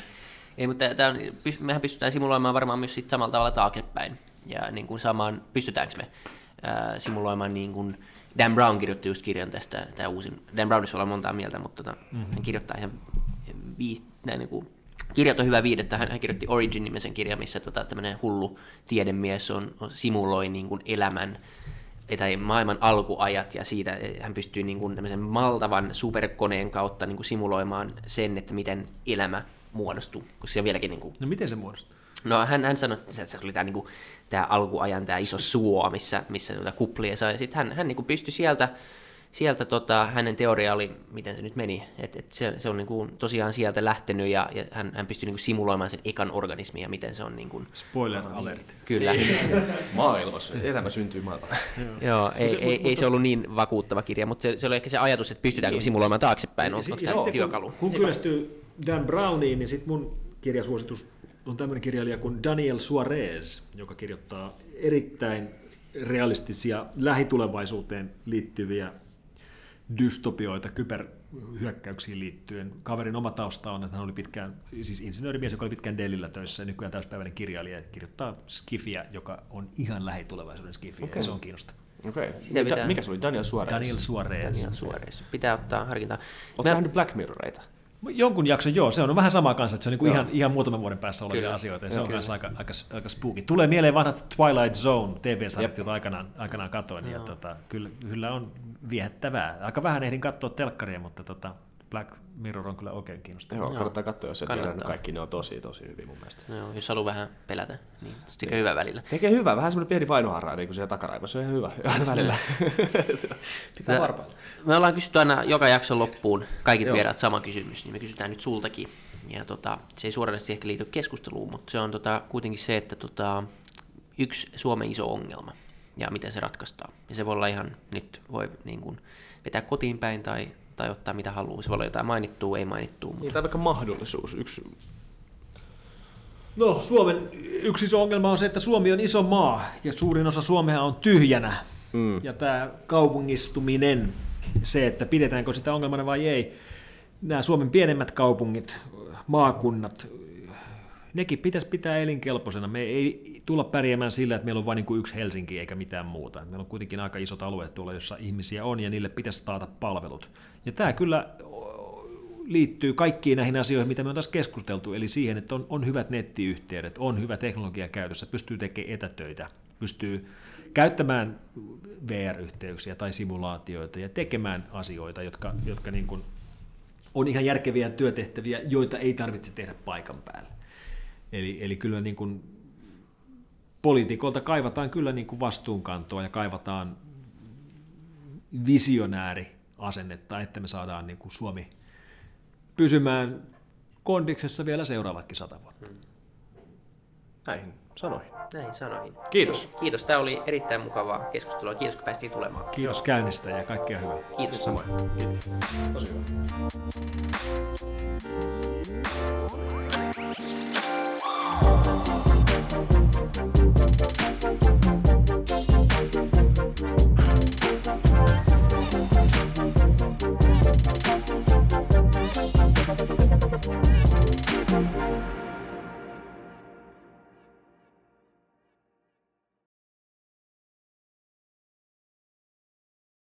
Ei, mutta on, mehän pystytään simuloimaan varmaan myös sit samalla tavalla taaksepäin. Ja niin kuin samaan, pystytäänkö me ää, simuloimaan, niin kuin Dan Brown kirjoitti just kirjan tästä, tämä uusin, Dan Brownissa ollaan montaa mieltä, mutta tota, mm-hmm. hän kirjoittaa ihan vii, näin, niin kuin, kirjat on hyvä viidettä, hän, hän kirjoitti Origin-nimisen kirjan, missä tota, tämmöinen hullu tiedemies on, on simuloi niin kuin elämän tai maailman alkuajat, ja siitä hän pystyy niin kuin tämmöisen maltavan superkoneen kautta niin kuin simuloimaan sen, että miten elämä muodostuu, koska se vieläkin... Niin kuin... No miten se muodostuu? No hän, hän sanoi, että se oli tämä, niin kuin, tämä alkuajan tämä iso suo, missä, missä tuota kuplia sai, ja sitten hän, hän niin kuin pystyi sieltä, sieltä tota, hänen teoria oli, miten se nyt meni, että et se, se on niin kuin tosiaan sieltä lähtenyt, ja, ja hän, hän pystyi niin kuin simuloimaan sen ekan organismin, ja miten se on... Niin kuin, spoiler alert. Kyllä. Maailmassa, elämä syntyy maailmalla. Joo, ei, ei, ei, ei se ollut niin vakuuttava kirja, mutta se, se oli ehkä se ajatus, että pystytäänkö niin. simuloimaan taaksepäin, onko tämä työkalu. Kun, kun kyllästyy Dan Browniin, niin sitten mun kirjasuositus on tämmöinen kirjailija kuin Daniel Suarez, joka kirjoittaa erittäin realistisia lähitulevaisuuteen liittyviä dystopioita kyberhyökkäyksiin liittyen. Kaverin oma tausta on, että hän oli pitkään, siis insinöörimies, joka oli pitkään Dellillä töissä, ja nykyään täyspäiväinen kirjailija, ja kirjoittaa skifiä, joka on ihan lähitulevaisuuden skifiä, okay. ja se on kiinnostavaa. Okay. Pitää... Mikä se oli? Daniel Suarez? Daniel Suarez. Daniel Suarez. Pitää ottaa harkintaa. Oletko Mä... nähnyt Black Mirroreita? Jonkun jakson, joo. Se on vähän sama kanssa, että se on niin ihan, ihan muutaman vuoden päässä olevia kyllä. asioita, ja se joo, on myös aika, aika, aika spooky. Tulee mieleen vanhat Twilight Zone T V-sarjat, joita aikanaan, aikanaan katoin, ja tota, kyllä, kyllä on viehättävää. Aika vähän ehdin katsoa telkkaria, mutta tota, Black Mirror on kyllä oikein kiinnostava. Joo, kannattaa katsoa, jos et Kannattaa. nähnyt kaikki, ne on tosi, tosi hyvin mun mielestä. Joo, jos haluaa vähän pelätä, niin se tekee hyvä välillä. Tekee hyvä, vähän semmoinen pieni vainoharra niin kuin siellä takaraivossa, se on ihan hyvä, aina välillä. Pitää varpailla. Me ollaan kysytty aina joka jakson loppuun kaikit Joo. vieraat sama kysymys, niin me kysytään nyt sultakin. Ja tota, se ei suoranaisesti ehkä liity keskusteluun, mutta se on tota, kuitenkin se, että tota, yksi Suomen iso ongelma ja miten se ratkaistaan. Ja se voi olla ihan, nyt voi niin kuin, vetää kotiin päin tai, tai ottaa mitä haluaa. Se voi olla jotain mainittua, ei mainittua. Mutta... Niin, tai vaikka mahdollisuus. Yksi... No, Suomen yksi iso ongelma on se, että Suomi on iso maa ja suurin osa Suomea on tyhjänä. Mm. Ja tämä kaupungistuminen, se, että pidetäänkö sitä ongelmana vai ei, nämä Suomen pienemmät kaupungit, maakunnat, nekin pitäisi pitää elinkelpoisena. Me ei tulla pärjäämään sillä, että meillä on vain niin kuin yksi Helsinki eikä mitään muuta. Meillä on kuitenkin aika isot alueet tuolla, jossa ihmisiä on ja niille pitäisi taata palvelut. Ja tämä kyllä liittyy kaikkiin näihin asioihin, mitä me on taas keskusteltu, eli siihen, että on, on hyvät nettiyhteydet, on hyvä teknologia käytössä, pystyy tekemään etätöitä, pystyy käyttämään V R-yhteyksiä tai simulaatioita ja tekemään asioita, jotka, jotka niin kuin on ihan järkeviä työtehtäviä, joita ei tarvitse tehdä paikan päällä. Eli, eli kyllä niin kuin poliitikolta kaivataan kyllä niin kuin vastuunkantoa ja kaivataan visionääriasennetta, että me saadaan niin kuin Suomi pysymään kondiksessa vielä seuraavatkin sata vuotta. Näihin sanoihin. Näin sanoin. Kiitos. Kiitos, tämä oli erittäin mukavaa keskustelua. Kiitos, kun päästiin tulemaan. Kiitos käynnistä ja kaikkea hyvää. Kiitos. Samoin. Kiitos. Tosi hyvä.